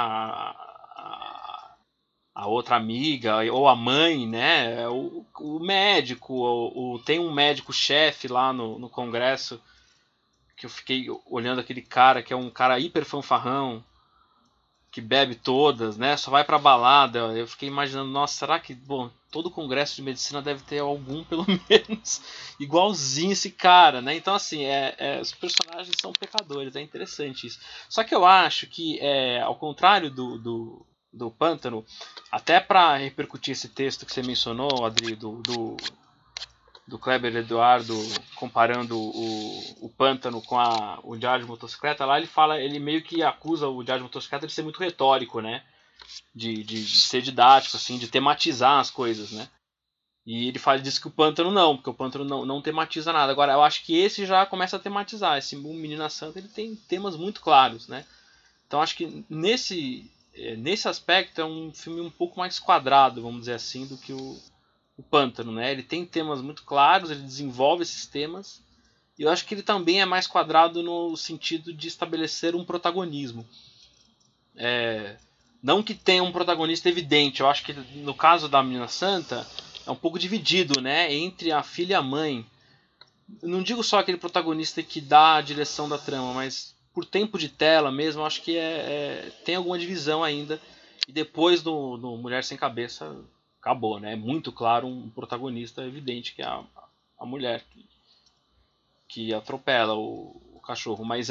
a outra amiga ou a mãe, né? O médico, tem um médico-chefe lá no Congresso que eu fiquei olhando aquele cara que é um cara hiper fanfarrão que bebe todas, né? Só vai pra balada. Eu fiquei imaginando, nossa, será que, bom, todo congresso de medicina deve ter algum, pelo menos, igualzinho esse cara, né? Então, assim, os personagens são pecadores, é interessante isso. Só que eu acho que, ao contrário do Pântano, até para repercutir esse texto que você mencionou, Adri, do Kleber Eduardo comparando o Pântano com o Diário de Motocicleta, lá ele meio que acusa o Diário de Motocicleta de ser muito retórico, né? De ser didático, assim, de tematizar as coisas, né? E ele diz que o Pântano não, porque o Pântano não tematiza nada. Agora, eu acho que esse já começa a tematizar. Esse Menina Santa, ele tem temas muito claros, né? Então, acho que nesse aspecto é um filme um pouco mais quadrado, vamos dizer assim, do que o Pântano, né? Ele tem temas muito claros, ele desenvolve esses temas, e eu acho que ele também é mais quadrado no sentido de estabelecer um protagonismo. Não que tenha um protagonista evidente, eu acho que no caso da Menina Santa é um pouco dividido, né? Entre a filha e a mãe. Eu não digo só aquele protagonista que dá a direção da trama, mas por tempo de tela mesmo, eu acho que tem alguma divisão ainda. E depois do Mulher Sem Cabeça, acabou, né? É muito claro um protagonista evidente que é a mulher. que atropela o cachorro. Mas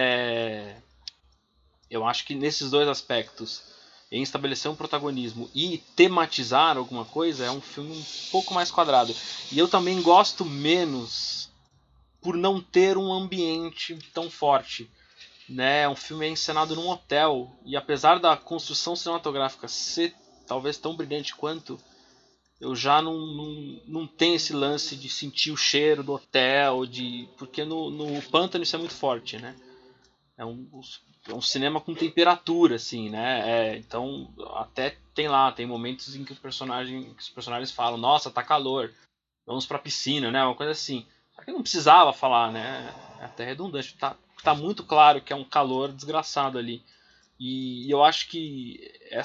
eu acho que nesses dois aspectos, em estabelecer um protagonismo e tematizar alguma coisa, é um filme um pouco mais quadrado. E eu também gosto menos por não ter um ambiente tão forte. Né? Um filme é encenado num hotel, e apesar da construção cinematográfica ser talvez tão brilhante quanto, eu já não tenho esse lance de sentir o cheiro do hotel, porque no Pântano isso é muito forte, né? É um cinema com temperatura, assim, né? Então, até tem momentos em que os personagens falam, nossa, tá calor, vamos pra piscina, né? Uma coisa assim. Só que não precisava falar, né? É até redundante. Tá muito claro que é um calor desgraçado ali. E eu acho que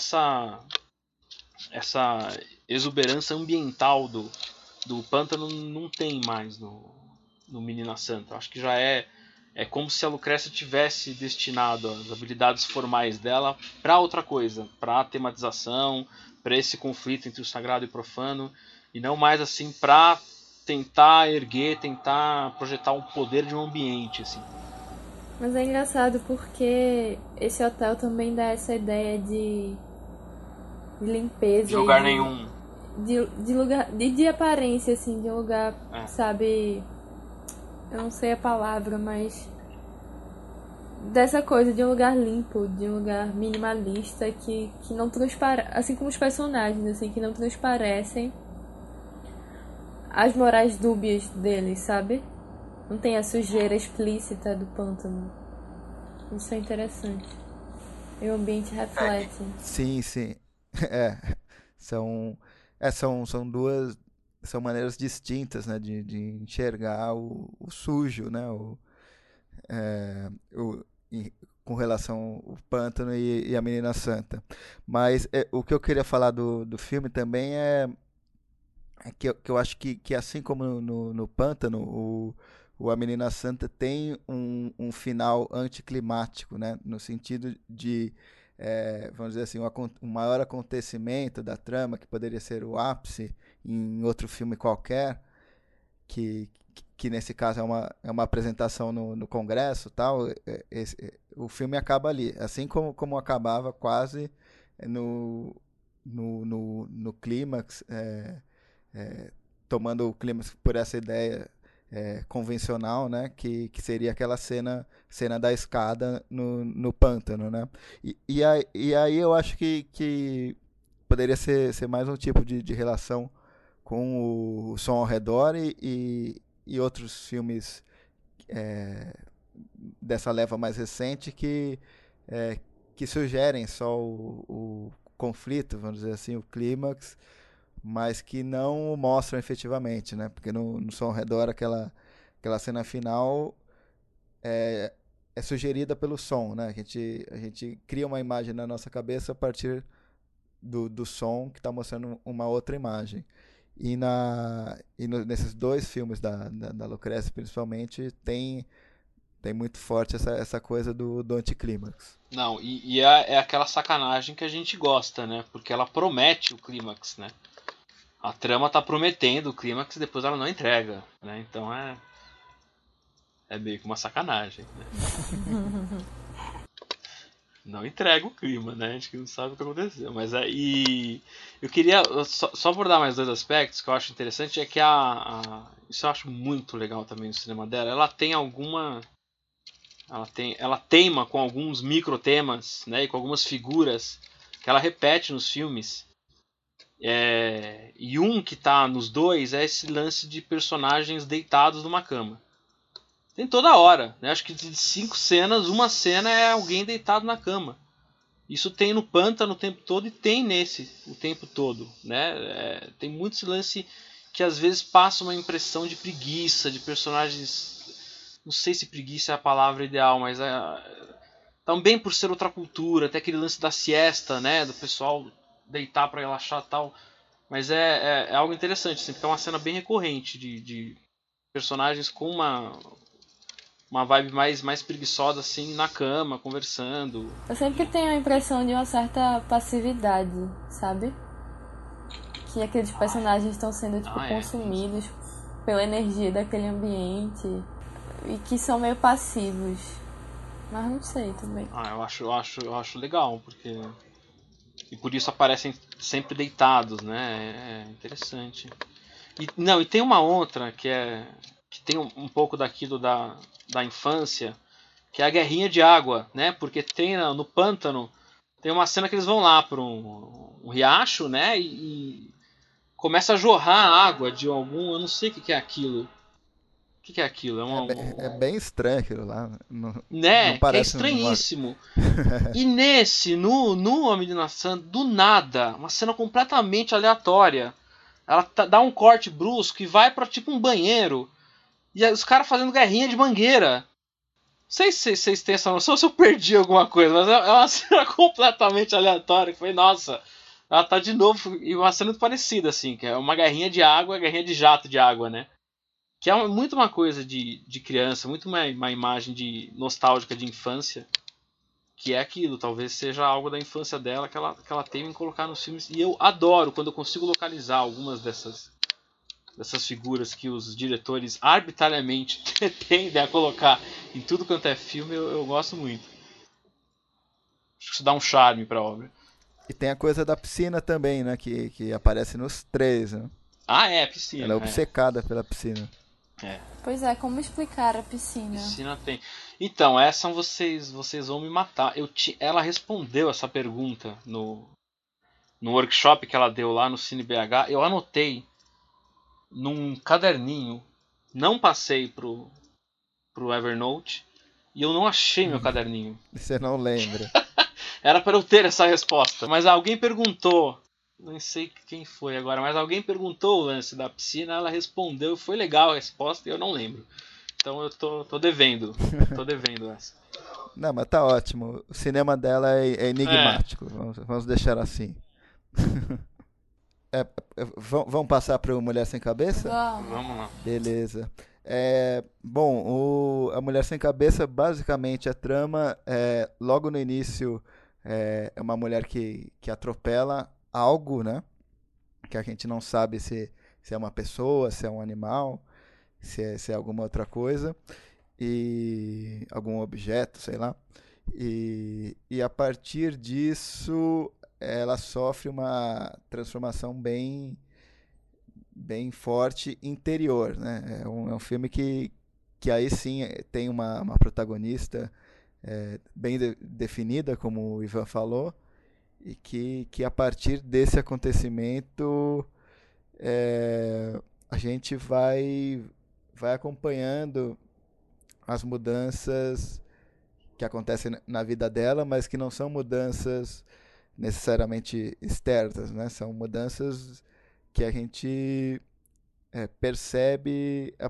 essa exuberância ambiental do pântano não tem mais no Menina Santa. Eu acho que já é como se a Lucrécia tivesse destinado as habilidades formais dela para outra coisa, para a tematização, para esse conflito entre o sagrado e o profano, e não mais assim para tentar erguer, tentar projetar um poder de um ambiente, assim. Mas é engraçado porque esse hotel também dá essa ideia de limpeza De lugar e nenhum. de lugar de aparência, assim, de um lugar, sabe, eu não sei a palavra, mas dessa coisa de um lugar limpo, de um lugar minimalista que não transparece, assim como os personagens, assim, que não transparecem as morais dúbias deles, sabe? Não tem a sujeira explícita do pântano. Isso é interessante. E o ambiente reflete. Sim, sim. É, são, são duas, são maneiras distintas, né, de enxergar o sujo, né, é, o, em- com relação ao pântano e a Menina Santa. Mas o que eu queria falar do filme também é que eu acho que assim como no Pântano, A Menina Santa tem um final anticlimático, né? No sentido de, vamos dizer assim, um maior acontecimento da trama, que poderia ser o ápice em outro filme qualquer, que nesse caso é uma apresentação no Congresso tal, o filme acaba ali, assim como acabava quase no, no clímax, é, tomando o clímax por essa ideia convencional, né, que seria aquela cena da escada no pântano, né? E aí eu acho que poderia ser mais um tipo de relação com o som ao redor e outros filmes é, dessa leva mais recente é, que sugerem só o conflito, vamos dizer assim, o clímax, mas que não o mostram efetivamente, né? Porque no som ao redor aquela cena final é, é sugerida pelo som, né? A gente cria uma imagem na nossa cabeça a partir do som que está mostrando uma outra imagem. Nesses dois filmes da Lucrécia, principalmente, tem muito forte essa coisa do anticlímax. Não, é aquela sacanagem que a gente gosta, né? Porque ela promete o clímax, né? A trama tá prometendo o clímax e depois ela não entrega, né? Então é meio que uma sacanagem, né? Não entrega o clima, né? A gente não sabe o que aconteceu. Mas aí. Eu queria só abordar mais dois aspectos que eu acho interessante. É que isso eu acho muito legal também no cinema dela. Ela tem alguma. Ela teima com alguns microtemas, né? E com algumas figuras que ela repete nos filmes. E um que tá nos dois é esse lance de personagens deitados numa cama. Tem toda hora, né? Acho que de 5 cenas, uma cena é alguém deitado na cama. Isso tem no Pântano o tempo todo e tem nesse o tempo todo, né? Tem muito esse lance que às vezes passa uma impressão de preguiça, de personagens... Não sei se preguiça é a palavra ideal, mas também por ser outra cultura, até aquele lance da siesta, né? Do pessoal deitar para relaxar e tal. Mas é algo interessante, assim, porque é uma cena bem recorrente de personagens com uma vibe mais preguiçosa, assim, na cama, conversando. Eu sempre tenho a impressão de uma certa passividade, sabe? Que aqueles personagens estão sendo, tipo, consumidos pela energia daquele ambiente. e que são meio passivos. Mas não sei também. Eu acho legal, porque... E por isso aparecem sempre deitados, né? É interessante. E tem uma outra que tem um pouco daquilo da infância, que é a guerrinha de água, né? Porque tem no pântano, tem uma cena que eles vão lá para um riacho, né? E começa a jorrar água de algum... Eu não sei o que é aquilo. O que é aquilo? É bem estranho aquilo lá. Não, não Né? Que é parece uma. estranhíssimo. E no Homem de Maçã, do nada, uma cena completamente aleatória. Ela dá um corte brusco e vai pra tipo um banheiro. E aí os caras fazendo guerrinha de mangueira. Não sei se vocês têm essa noção, se eu perdi alguma coisa, mas é uma cena completamente aleatória. Que foi, nossa, ela tá de novo. E uma cena muito parecida, assim, que é uma guerrinha de água, guerrinha de jato de água, né? Que é muito uma coisa de criança, muito uma imagem nostálgica de infância. Que é aquilo, talvez seja algo da infância dela que ela teve em colocar nos filmes. E eu adoro quando eu consigo localizar algumas dessas figuras que os diretores arbitrariamente tendem a colocar em tudo quanto é filme, eu gosto muito. Acho que isso dá um charme pra obra. E tem a coisa da piscina também, né? Que aparece nos três, né? Ah, é, Ela é piscina. obcecada pela piscina. Pois é, como explicar a piscina? Piscina tem. Então, essa vocês vão me matar. Ela respondeu essa pergunta no workshop que ela deu lá no Cine BH. Eu anotei num caderninho, não passei pro Evernote e eu não achei meu caderninho. Você não lembra. Era para eu ter essa resposta, mas alguém perguntou, não sei quem foi agora, mas alguém perguntou o lance da piscina, ela respondeu, foi legal a resposta e eu não lembro. Então eu tô devendo essa. Não, mas tá ótimo. O cinema dela é É, enigmático. Vamos deixar assim. Vamos passar para o Mulher Sem Cabeça? Vamos. vamos lá. Beleza. Bom, a Mulher Sem Cabeça, basicamente, a trama logo no início é uma mulher que atropela algo, né? Que a gente não sabe se é uma pessoa, se é um animal, se é alguma outra coisa, e algum objeto, sei lá. E a partir disso, ela sofre uma transformação bem forte interior, né? É um filme que aí sim tem uma protagonista bem definida, como o Ivan falou, e que a partir desse acontecimento a gente vai acompanhando as mudanças que acontecem na vida dela, mas que não são mudanças necessariamente externas, né? São mudanças que a gente percebe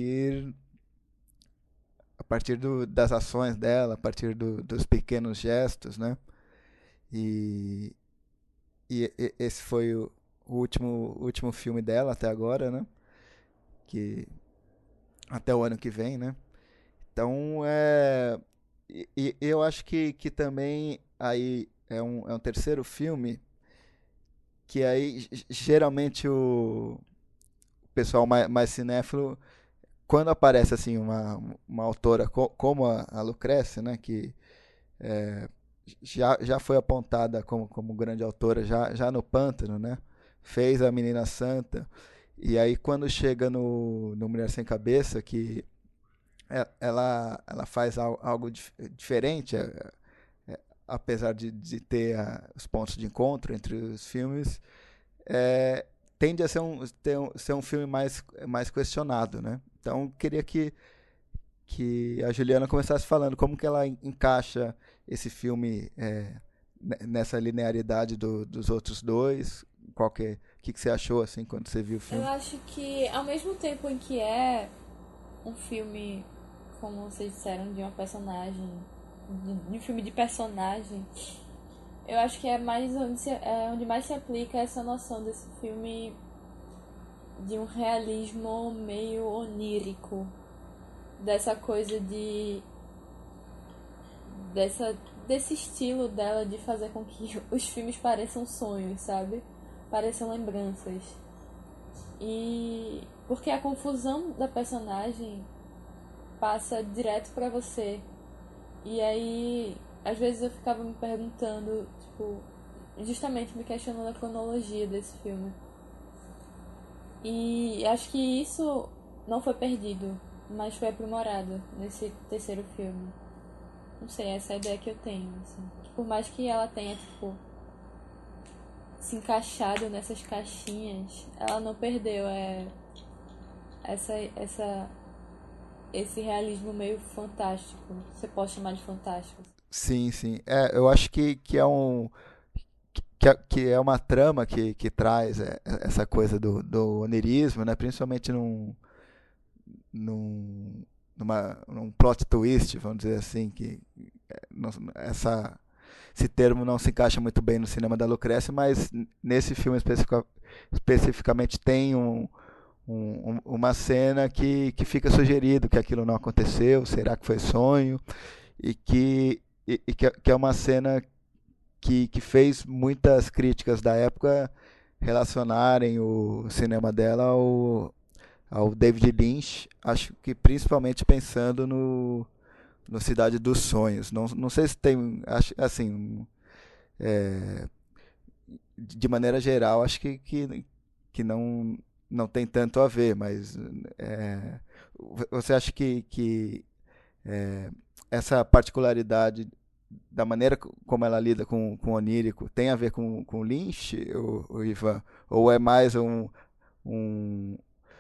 a partir das ações dela, a partir dos pequenos gestos, né? E, esse foi o último filme dela até agora, né? Que até o ano que vem, né? Então e eu acho que também aí é um terceiro filme que aí geralmente o pessoal mais cinéfilo, quando aparece assim uma autora como a Lucrécia, né, que já foi apontada como grande autora já no Pântano, né, fez a Menina Santa, e aí quando chega no Mulher Sem Cabeça, que ela faz algo diferente, apesar de ter os pontos de encontro entre os filmes, é, tende a ser um filme mais questionado, né? Então, queria que a Juliana começasse falando como que ela encaixa esse filme nessa linearidade dos outros dois. Que você achou assim quando você viu o Eu filme? acho que ao mesmo tempo em que é um filme, como vocês disseram, de uma personagem, de um filme de personagem, eu acho que é mais onde mais se aplica essa noção desse filme de um realismo meio onírico, dessa coisa desse estilo dela de fazer com que os filmes pareçam sonhos, sabe? Pareçam lembranças. E porque a confusão da personagem passa direto pra você. E aí, às vezes eu ficava me perguntando, tipo, justamente me questionando a cronologia desse filme. E acho que isso não foi perdido, mas foi aprimorado nesse terceiro filme. Não sei, essa é a ideia que eu tenho, assim. Que por mais que ela tenha, tipo, se encaixado nessas caixinhas, ela não perdeu essa esse realismo meio fantástico. Você pode chamar de fantástico. Sim, sim. Eu acho que é que é uma trama que traz essa coisa do onirismo, né? Principalmente num, num plot twist, vamos dizer assim, que esse termo não se encaixa muito bem no cinema da Lucrécia, mas nesse filme especificamente tem uma cena que fica sugerido que aquilo não aconteceu, será que foi sonho? Que é uma cena que fez muitas críticas da época relacionarem o cinema dela ao David Lynch, acho que principalmente pensando no Cidade dos Sonhos. Não sei se tem, assim, é, de maneira geral, acho que não tem tanto a ver, mas é, você acha que é, essa particularidade da maneira como ela lida com o onírico tem a ver com o Lynch, o Ivan? Ou é mais um,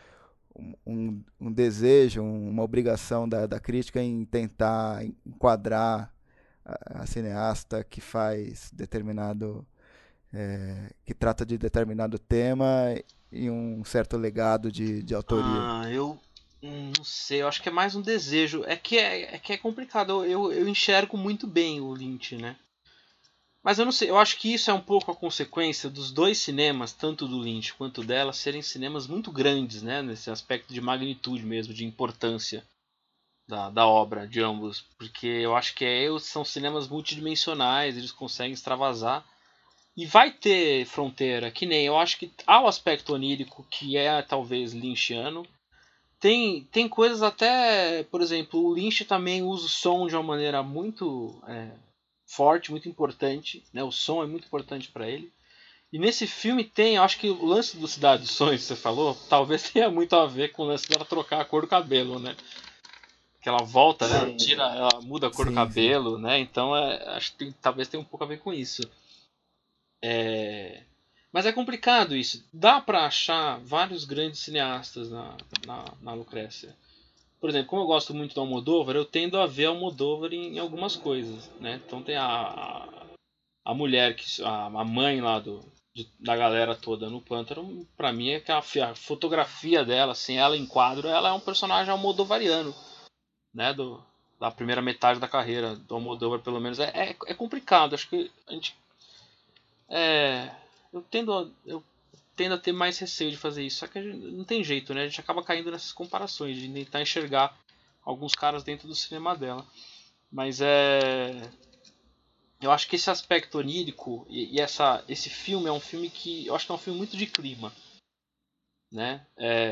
um desejo, uma obrigação da crítica em tentar enquadrar a cineasta que faz determinado, que trata de determinado tema e um certo legado de autoria? Eu não sei, eu acho que é mais um desejo. É que é complicado. Eu enxergo muito bem o Lynch, né? Mas eu não sei, eu acho que isso é um pouco a consequência dos dois cinemas, tanto do Lynch quanto dela, serem cinemas muito grandes, né? Nesse aspecto de magnitude mesmo, de importância da obra de ambos. Porque eu acho que são cinemas multidimensionais, eles conseguem extravasar. E vai ter fronteira, que nem eu acho que há o aspecto onírico, que é talvez lynchiano. Tem coisas até, por exemplo, o Lynch também usa o som de uma maneira muito forte, muito importante, né? O som é muito importante para ele. E nesse filme tem, eu acho que o lance do Cidade dos Sonhos que você falou, talvez tenha muito a ver com o lance dela trocar a cor do cabelo, né? Que ela volta, né? Ela muda a cor do Sim, sim. cabelo, né? Então acho que talvez tenha um pouco a ver com isso. Mas é complicado isso. Dá pra achar vários grandes cineastas na Lucrécia. Por exemplo, como eu gosto muito do Almodóvar, eu tendo a ver Almodóvar em algumas coisas, né? Então tem a mulher, a mãe lá da galera toda no Pântano, pra mim é que a fotografia dela, assim, ela em quadro, ela é um personagem almodovariano, né? Da primeira metade da carreira do Almodóvar, pelo menos. É complicado, acho que a gente... É, eu tendo a ter mais receio de fazer isso, só que não tem jeito, né? A gente acaba caindo nessas comparações, de tentar enxergar alguns caras dentro do cinema dela. Mas eu acho que esse aspecto onírico esse filme é um filme que eu acho que é um filme muito de clima, né?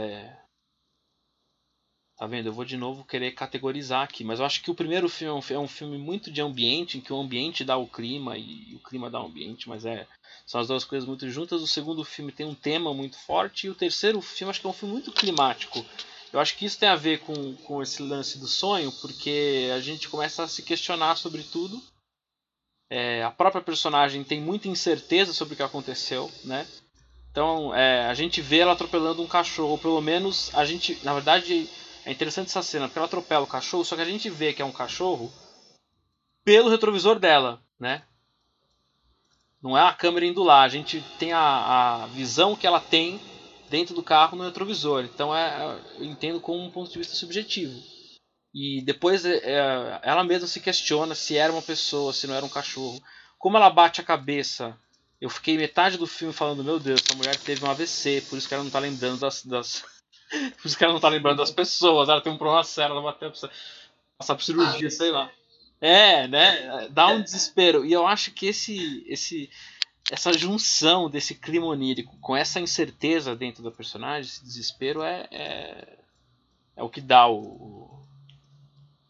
Tá vendo? Eu vou de novo querer categorizar aqui, mas eu acho que o primeiro filme é um filme muito de ambiente, em que o ambiente dá o clima e o clima dá o ambiente, mas são as duas coisas muito juntas. O segundo filme tem um tema muito forte e o terceiro filme acho que é um filme muito climático. Eu acho que isso tem a ver com esse lance do sonho, porque a gente começa a se questionar sobre tudo. A própria personagem tem muita incerteza sobre o que aconteceu, né? Então, a gente vê ela atropelando um cachorro, ou pelo menos a gente, na verdade, é interessante essa cena, porque ela atropela o cachorro, só que a gente vê que é um cachorro pelo retrovisor dela, né? Não é a câmera indo lá, a gente tem a visão que ela tem dentro do carro no retrovisor. Então, eu entendo como um ponto de vista subjetivo. E depois ela mesma se questiona se era uma pessoa, se não era um cachorro. Como ela bate a cabeça, eu fiquei metade do filme falando, meu Deus, essa mulher teve um AVC, por isso que ela não tá lembrando por isso que ela não tá lembrando das pessoas, ela tem um problema sério, ela vai passar por cirurgia, sei lá. Né? Dá um desespero. E eu acho que essa junção desse clima onírico com essa incerteza dentro da personagem, esse desespero é o que dá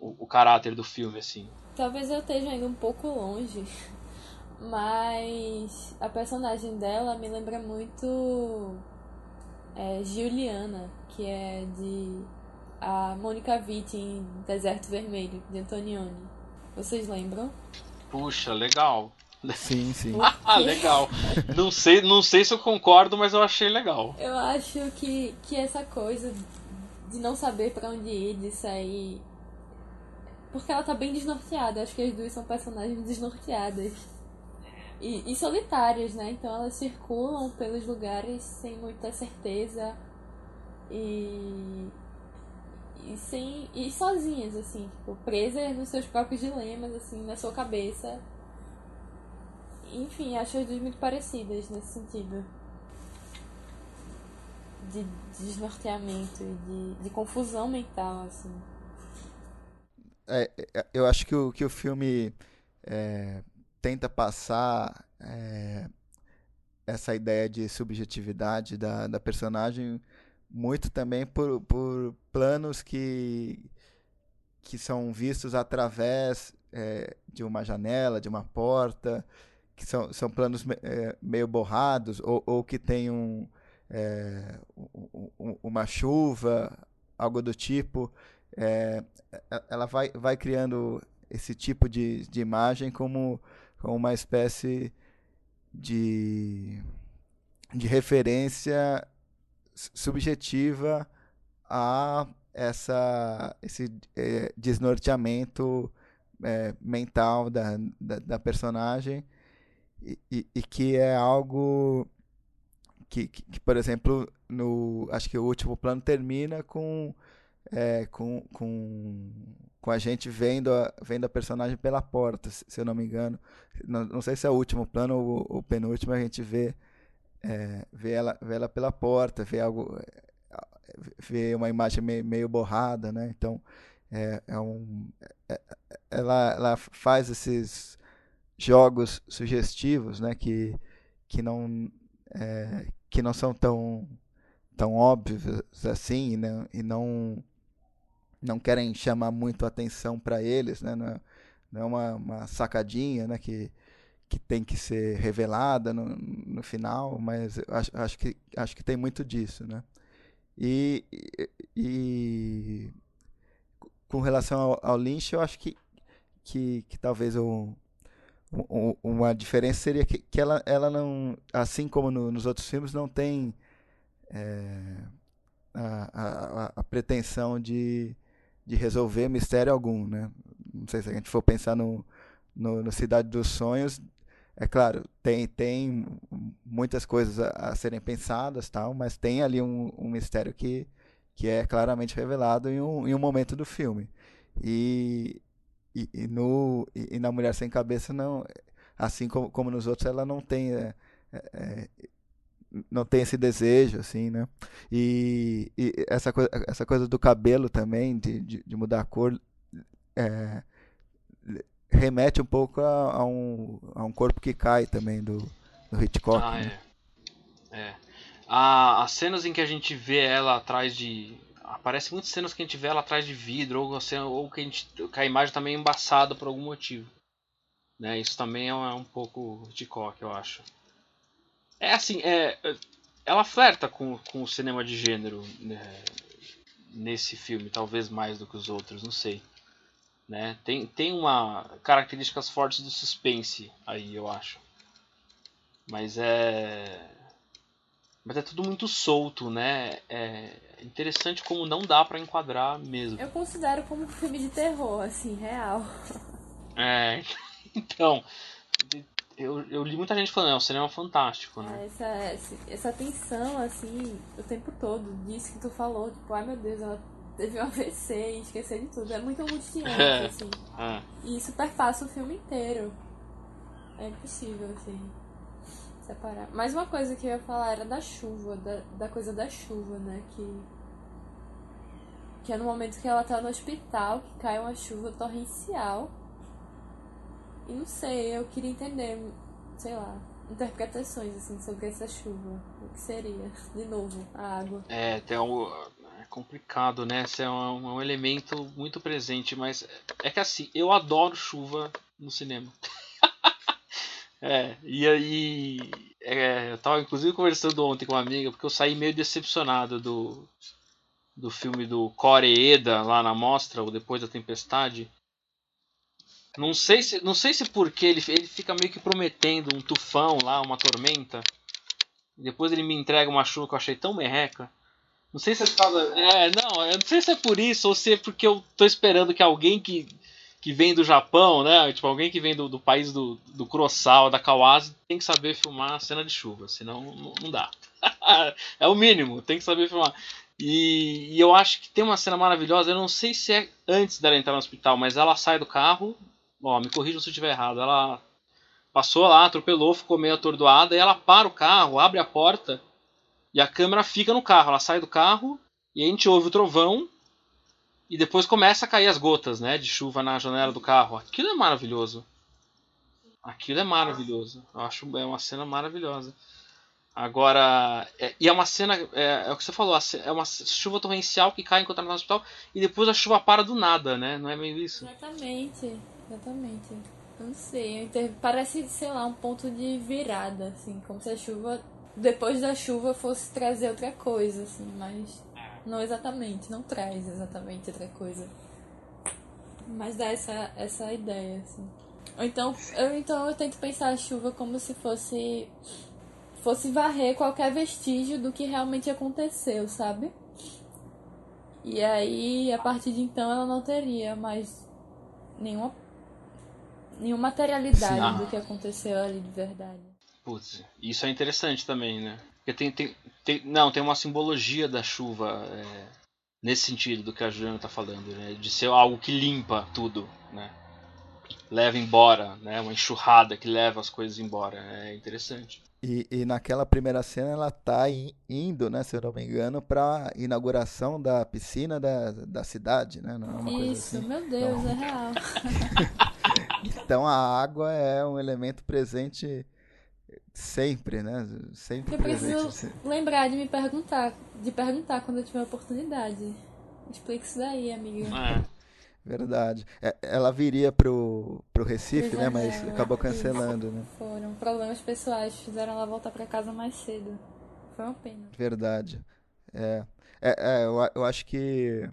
o caráter do filme, assim. Talvez eu esteja indo um pouco longe, mas a personagem dela me lembra muito Juliana, que é de a Mônica Vitti em Deserto Vermelho, de Antonioni. Vocês lembram? Puxa, legal. Sim, sim. Legal. Não sei se eu concordo, mas eu achei legal. Eu acho que essa coisa de não saber pra onde ir, de sair... Porque ela tá bem desnorteada. Acho que as duas são personagens desnorteadas. E solitárias, né? Então elas circulam pelos lugares sem muita certeza. E sozinhas, assim, tipo, presas nos seus próprios dilemas, assim, na sua cabeça. Enfim, acho as duas muito parecidas nesse sentido. De desnorteamento e de confusão mental, assim. Eu acho que o filme tenta passar essa ideia de subjetividade da personagem muito também por planos que são vistos através de uma janela, de uma porta, que são planos meio borrados, ou que tem uma chuva, algo do tipo. É, ela vai criando esse tipo de imagem como uma espécie de, de referência subjetiva a esse desnorteamento mental da personagem e que é algo por exemplo, acho que o último plano termina com a gente vendo a personagem pela porta, se eu não me engano. Não sei se é o último plano ou o penúltimo, a gente vê ela pela porta, vê uma imagem meio borrada, né? Então, é, é um, é- ela faz esses jogos sugestivos, né? Que não, que não são tão óbvios assim, né? E não querem chamar muito atenção para eles, né? Não é uma sacadinha, né? Que tem que ser revelada no final, mas eu acho que tem muito disso, né? E, e com relação ao Lynch, eu acho que talvez uma diferença seria que ela não, assim como nos outros filmes, não tem a pretensão de resolver mistério algum, né? Não sei se a gente for pensar no Cidade dos Sonhos, é claro, tem muitas coisas a serem pensadas, tal, mas tem ali um mistério que é claramente revelado em um momento do filme. E, e na Mulher Sem Cabeça, não, assim como nos outros, ela é, não tem esse desejo, assim, né? E essa coisa do cabelo também, de mudar a cor, é, remete um pouco a um corpo que cai também do Hitchcock, Ah, né? é. As cenas em que a gente vê ela atrás de. Aparece muitas cenas que a gente vê ela atrás de vidro, ou que a imagem tá meio embaçada por algum motivo. Né? Isso também é um pouco Hitchcock, eu acho. É assim, ela flerta com o cinema de gênero, né, nesse filme, talvez mais do que os outros, não sei. Né? Tem características fortes do suspense aí, eu acho. Mas é. Mas é tudo muito solto, né? É interessante como não dá pra enquadrar mesmo. Eu considero como um filme de terror, assim, real. É, então, eu li muita gente falando, é um cinema fantástico, né? Essa tensão, assim, o tempo todo, disso que tu falou, tipo, ai meu Deus, ela teve um AVC e esqueceu de tudo. É muito angustiante, assim. É. E isso perpassa o filme inteiro. É impossível, assim, separar. Mas uma coisa que eu ia falar era da chuva, da coisa da chuva, né? Que é no momento que ela tá no hospital, que cai uma chuva torrencial. E não sei, eu queria entender, sei lá, interpretações, assim, sobre essa chuva. O que seria? De novo, a água. É, tem um, complicado, né? Esse é um elemento muito presente, mas é que assim, eu adoro chuva no cinema. E aí eu tava inclusive conversando ontem com uma amiga, porque eu saí meio decepcionado do filme do Koreeda lá na mostra, ou Depois da Tempestade. Não sei se porque ele fica meio que prometendo um tufão lá, uma tormenta. E depois ele me entrega uma chuva que eu achei tão merreca. Não sei se é por causa. Não, eu não sei se é por isso ou se é porque eu tô esperando que alguém que vem do Japão, né? Tipo, alguém que vem do país do Kurosawa, da Kawase, tem que saber filmar a cena de chuva, senão não dá. É o mínimo, tem que saber filmar. E eu acho que tem uma cena maravilhosa, eu não sei se é antes dela entrar no hospital, mas ela sai do carro, me corrijam se eu estiver errado, ela passou lá, atropelou, ficou meio atordoada, e ela para o carro, abre a porta, e a câmera fica no carro, ela sai do carro, e a gente ouve o trovão, e depois começa a cair as gotas, né, de chuva na janela do carro. Aquilo é maravilhoso. Aquilo é maravilhoso. Eu acho uma cena maravilhosa. Agora, e é uma cena, é o que você falou, é uma chuva torrencial que cai enquanto ela tá no hospital e depois a chuva para do nada, né? Não é meio isso? Exatamente. Eu não sei, parece, sei lá, um ponto de virada, assim, como se a chuva, depois da chuva, fosse trazer outra coisa, assim, mas não exatamente, não traz exatamente outra coisa. Mas dá essa ideia, assim. Ou então eu tento pensar a chuva como se fosse varrer qualquer vestígio do que realmente aconteceu, sabe? E aí, a partir de então, ela não teria mais nenhuma materialidade do que aconteceu ali de verdade. Putz, isso é interessante também, né? Porque tem uma simbologia da chuva nesse sentido do que a Juliana tá falando, né? De ser algo que limpa tudo, né? Leva embora, né? Uma enxurrada que leva as coisas embora. É interessante. E naquela primeira cena ela tá indo, né, se eu não me engano, pra inauguração da piscina da cidade, né? Não é uma coisa Isso, assim. meu Deus, Então, é real. então a água é um elemento presente sempre, né? Sempre Eu presente. preciso lembrar de perguntar quando eu tiver oportunidade. Explica isso daí, amiga. Verdade. Ela viria pro Recife, né? Mas Janela, acabou isso. cancelando, né? Foram problemas pessoais, fizeram ela voltar pra casa mais cedo. Foi uma pena. Verdade. É, eu acho que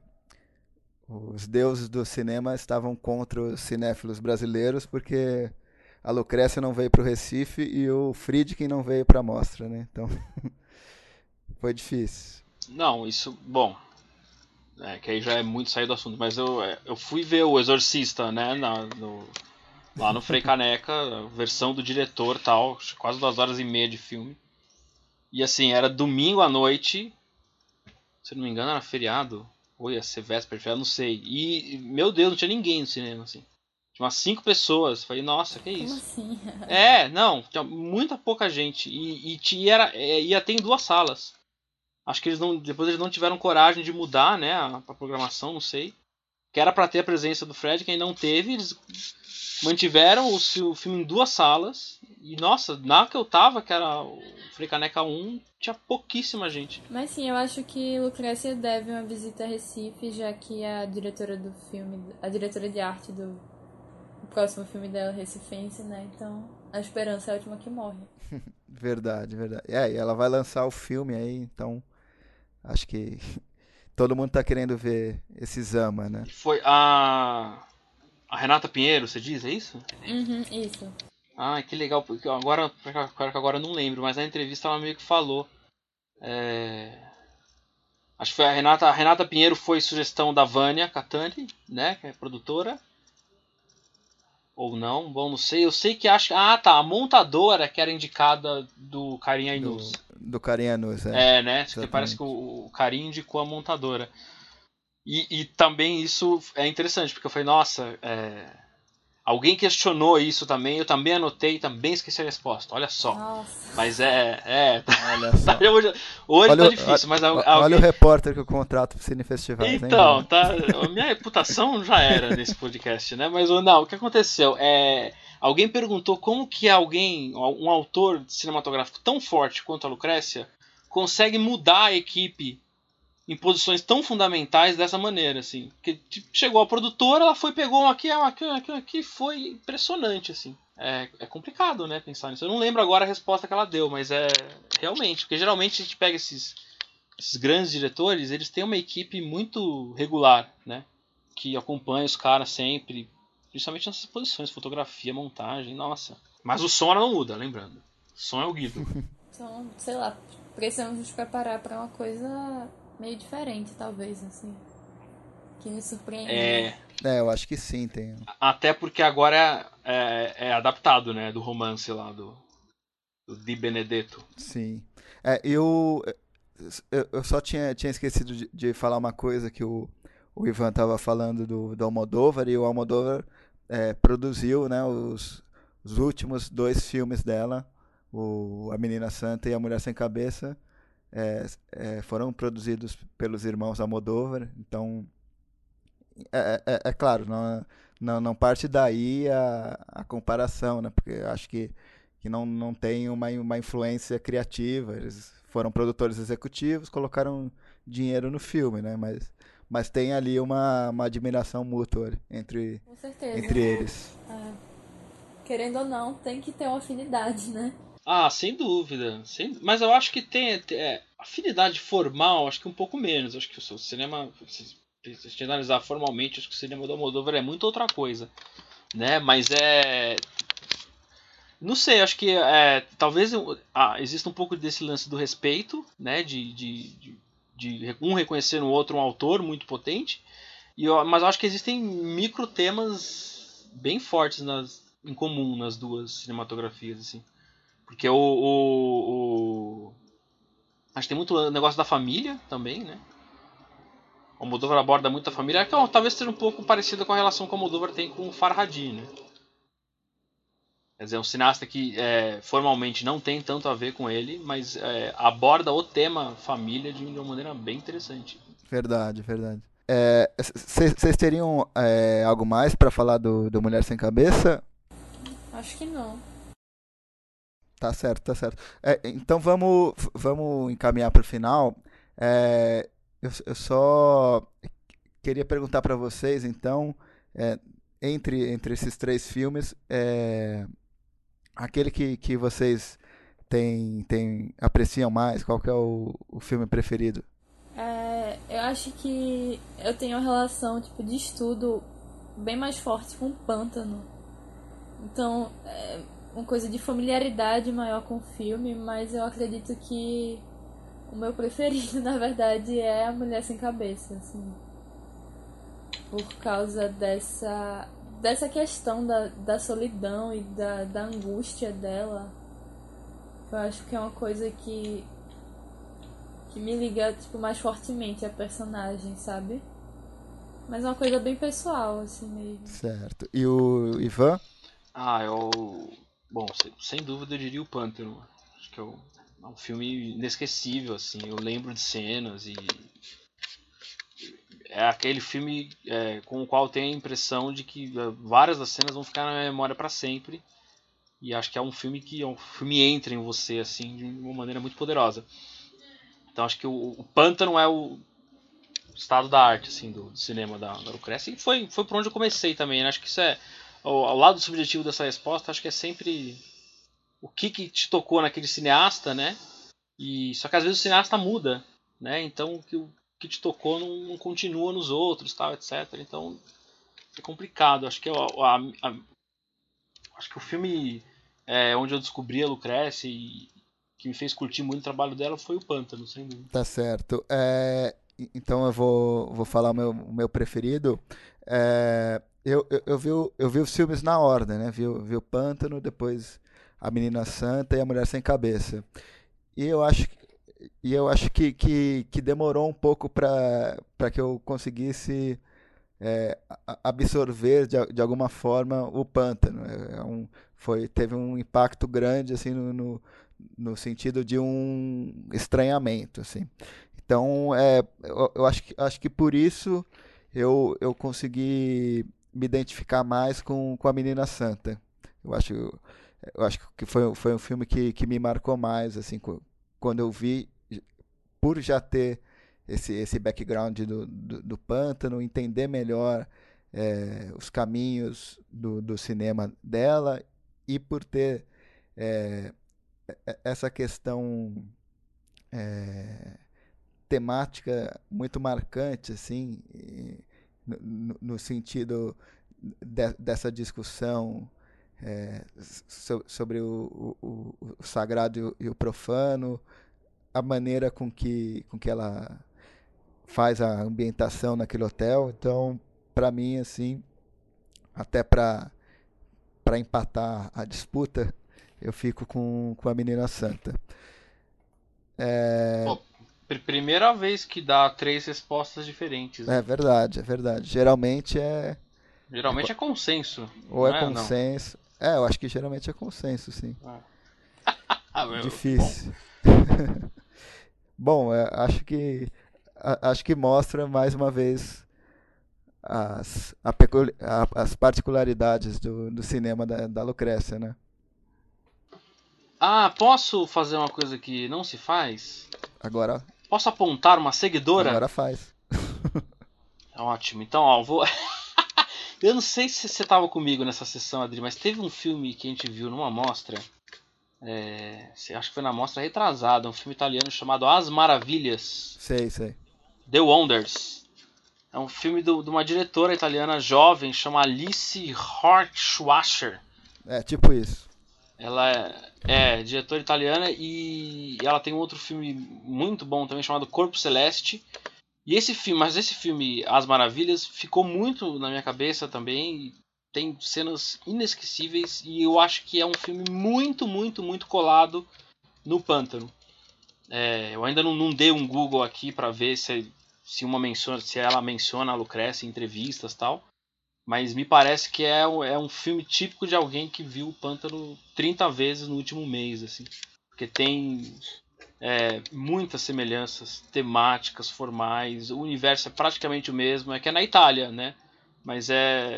os deuses do cinema estavam contra os cinéfilos brasileiros porque a Lucrécia não veio pro Recife e o Friedkin não veio pra mostra, né? Então foi difícil. Não, isso, bom, que aí já é muito sair do assunto, mas eu fui ver o Exorcista, né, lá no Frei Caneca, a versão do diretor tal, quase 2 horas e meia de filme. E assim, era domingo à noite, se não me engano era feriado, ou ia ser véspera de feriado, não sei. E, meu Deus, não tinha ninguém no cinema, assim. Tinha umas 5 pessoas. Falei, nossa, que Como isso? assim? Não, tinha muita pouca gente. Ia ter em 2 salas. Acho que depois eles não tiveram coragem de mudar, né, a programação, não sei. Que era pra ter a presença do Fred, quem não teve, eles mantiveram o filme em 2 salas. E nossa, na que eu tava, que era o Frei Caneca 1, tinha pouquíssima gente. Mas sim, eu acho que Lucrécia deve uma visita a Recife, já que a diretora do filme, a diretora de arte do próximo filme dela é recifense, né? Então a esperança é a última que morre. Verdade, verdade. E ela vai lançar o filme aí, então acho que todo mundo tá querendo ver esse Zama, né? Foi a Renata Pinheiro, você diz, é isso? Uhum, isso. Ah, que legal, porque agora eu não lembro, mas na entrevista ela meio que falou. Acho que foi a Renata Pinheiro foi sugestão da Vânia Catani, né, que é produtora. Ou não, bom, não sei. Eu sei que acho. Ah, tá. A montadora que era indicada do Carinha Inus. Do Carinha Nus, Né? Porque parece que o Carinha indicou a montadora. E também isso é interessante, porque eu falei, nossa, alguém questionou isso também, eu também anotei e também esqueci a resposta. Olha só. Nossa. Mas Olha só. Hoje tá difícil, mas olha o repórter que eu contrato pro Cine Festivais. Então, hein, tá. A minha reputação já era nesse podcast, né? Mas não, o que aconteceu? Alguém perguntou como que um autor cinematográfico tão forte quanto a Lucrécia, consegue mudar a equipe em posições tão fundamentais dessa maneira, assim. Porque tipo, chegou a produtora, ela foi, pegou um aqui, foi impressionante, assim. É complicado, né, pensar nisso. Eu não lembro agora a resposta que ela deu, mas é realmente, porque geralmente a gente pega esses grandes diretores, eles têm uma equipe muito regular, né, que acompanha os caras sempre, principalmente nessas posições, fotografia, montagem, nossa. Mas o som ela não muda, lembrando. O som é o Guido. Então, sei lá, precisamos nos preparar pra uma coisa meio diferente, talvez, assim. Que nos surpreenda. É, Eu acho que sim, tem. até porque agora é adaptado, né, do romance lá do Di Benedetto. Sim. Eu só tinha esquecido de falar uma coisa que o Ivan estava falando do Almodóvar, e o Almodóvar produziu, né, os últimos dois filmes dela, A Menina Santa e A Mulher Sem Cabeça, foram produzidos pelos irmãos Almodóvar, então é claro, não parte daí a comparação, né? Porque eu acho que não tem uma influência criativa. Eles foram produtores executivos, colocaram dinheiro no filme, né? Mas tem ali uma admiração mútua Com certeza. entre eles. É, querendo ou não, tem que ter uma afinidade, né? Ah, sem dúvida. Mas eu acho que tem afinidade formal, acho que um pouco menos. Acho que o cinema, se a gente analisar formalmente, acho que o cinema do Almodóvar é muito outra coisa, né? Mas não sei, acho que talvez exista um pouco desse lance do respeito, né? De um reconhecer no outro um autor muito potente. Mas eu acho que existem micro temas bem fortes em comum nas duas cinematografias, assim. Porque acho que tem muito negócio da família também, né? O Almodóvar aborda muito a família, que talvez seja um pouco parecida com a relação que o Almodóvar tem com o Farhadi, né? Quer dizer, é um cineasta que formalmente não tem tanto a ver com ele, mas aborda o tema família de uma maneira bem interessante. Verdade, verdade. Vocês teriam algo mais para falar do Mulher Sem Cabeça? Acho que não. Tá certo, tá certo. Então vamos encaminhar para o final. Eu só queria perguntar para vocês, então, é, entre esses três filmes, aquele que vocês apreciam mais, qual que é o filme preferido? Eu acho que eu tenho uma relação tipo de estudo bem mais forte com o Pântano. Então, uma coisa de familiaridade maior com o filme, mas eu acredito que o meu preferido, na verdade, é A Mulher Sem Cabeça, assim. Por causa dessa questão da solidão e da angústia dela. Eu acho que é uma coisa que me liga tipo, mais fortemente a personagem, sabe? Mas é uma coisa bem pessoal, assim mesmo. Certo. E o Ivan? Ah, bom, sem dúvida eu diria o Pântano. Acho que é um filme inesquecível, assim. Eu lembro de cenas e é aquele filme com o qual eu tenho a impressão de que várias das cenas vão ficar na minha memória para sempre. E acho que é um filme que entra em você assim de uma maneira muito poderosa. Então acho que o Pântano é o estado da arte assim do cinema da Lucrécia, e foi por onde eu comecei também, né? Acho que isso ao lado subjetivo dessa resposta, acho que é sempre o que te tocou naquele cineasta, né? E só que às vezes o cineasta muda, né? Então o que te tocou não continua nos outros, tal, etc. Então é complicado. Acho que acho que o filme onde eu descobri a Lucrécia e que me fez curtir muito o trabalho dela foi o Pântano, sem dúvida. Tá certo. Então eu vou falar o meu preferido. Eu vi os filmes na ordem, né? Vi o Pântano, depois A Menina Santa e A Mulher Sem Cabeça. E eu acho, que demorou um pouco para que eu conseguisse absorver de alguma forma o Pântano. Teve um impacto grande assim no sentido de um estranhamento, assim. Então, eu acho que por isso eu consegui me identificar mais com a Menina Santa. Eu acho, eu acho que foi um filme que me marcou mais, assim, quando eu vi, por já ter esse background do pântano, entender melhor os caminhos do cinema dela, e por ter essa questão temática muito marcante, assim, no sentido dessa discussão sobre o sagrado e o profano, a maneira com que ela faz a ambientação naquele hotel. Então, para mim, assim, até para empatar a disputa, eu fico com a Menina Santa. Pô, primeira vez que dá 3 respostas diferentes, né? É verdade, é verdade. Geralmente Geralmente é consenso, ou não é é? Não. consenso. Eu acho que geralmente é consenso, sim. Ah, Difícil. Bom, acho que mostra mais uma vez as particularidades do cinema da Lucrécia, né? Posso fazer uma coisa que não se faz? Agora, Posso apontar uma seguidora? agora faz. Ótimo. Então, ó, eu vou. Eu não sei se você estava comigo nessa sessão, Adri, mas teve um filme que a gente viu numa mostra. Acho que foi na mostra retrasada, um filme italiano chamado As Maravilhas. Sei. The Wonders. É um filme de uma diretora italiana jovem chamada Alice Horschwacher. É tipo isso. Ela é diretora italiana e ela tem um outro filme muito bom também chamado Corpo Celeste. E esse filme, As Maravilhas, ficou muito na minha cabeça também. Tem cenas inesquecíveis e eu acho que é um filme muito, muito, muito colado no pântano. Eu ainda não dei um Google aqui para ver se ela menciona a Lucrécia em entrevistas e tal. Mas me parece que é um filme típico de alguém que viu o pântano 30 vezes no último mês, assim. Porque tem muitas semelhanças temáticas, formais. O universo é praticamente o mesmo. É que é na Itália, né? Mas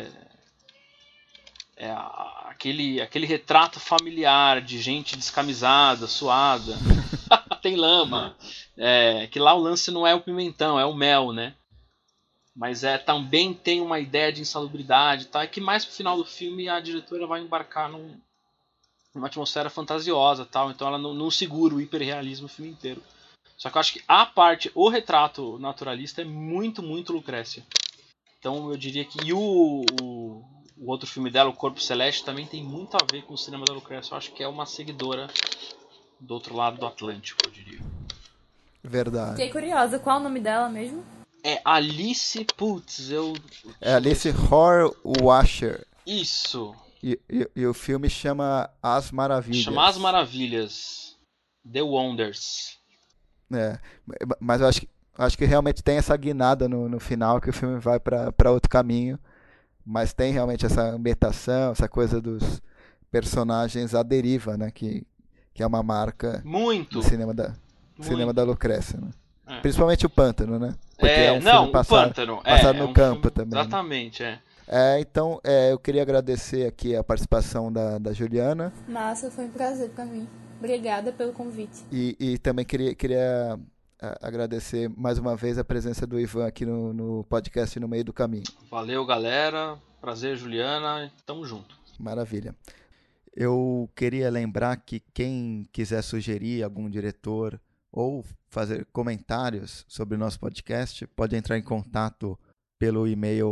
aquele retrato familiar de gente descamisada, suada. Tem lama. Que lá o lance não é o pimentão, é o mel, né? Mas também tem uma ideia de insalubridade, tá? Que mais pro final do filme a diretora vai embarcar numa atmosfera fantasiosa, tal. Então ela não segura o hiperrealismo o filme inteiro. Só que eu acho que o retrato naturalista é muito, muito Lucrécia. Então eu diria que o outro filme dela, O Corpo Celeste, também tem muito a ver com o cinema da Lucrécia. Eu acho que é uma seguidora do outro lado do Atlântico, eu diria. Verdade. Fiquei curiosa, qual é o nome dela mesmo? É Alice, É Alice Horschwacher. Isso. E o filme chama As Maravilhas. Chama As Maravilhas. The Wonders. Mas eu acho que realmente tem essa guinada no final, que o filme vai para outro caminho. Mas tem realmente essa ambientação, essa coisa dos personagens à deriva, né? Que é uma marca do cinema da Lucrécia, né? Principalmente o Pântano, né? Porque é um filme passado no campo também. Exatamente, né? Então, eu queria agradecer aqui a participação da Juliana. Massa, foi um prazer pra mim. Obrigada pelo convite. E também queria agradecer mais uma vez a presença do Ivan aqui no podcast No Meio do Caminho. Valeu, galera. Prazer, Juliana. Tamo junto. Maravilha. Eu queria lembrar que quem quiser sugerir algum diretor ou fazer comentários sobre o nosso podcast, pode entrar em contato pelo e-mail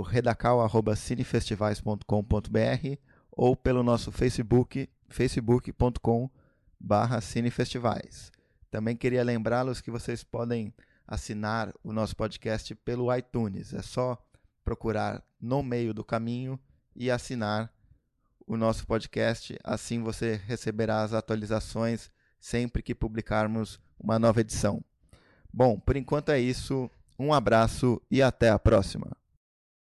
redacal@cinefestivais.com.br ou pelo nosso Facebook, facebook.com/cinefestivais. Também queria lembrá-los que vocês podem assinar o nosso podcast pelo iTunes. É só procurar No Meio do Caminho e assinar o nosso podcast. Assim você receberá as atualizações sempre que publicarmos uma nova edição. Bom, por enquanto é isso. Um abraço e até a próxima.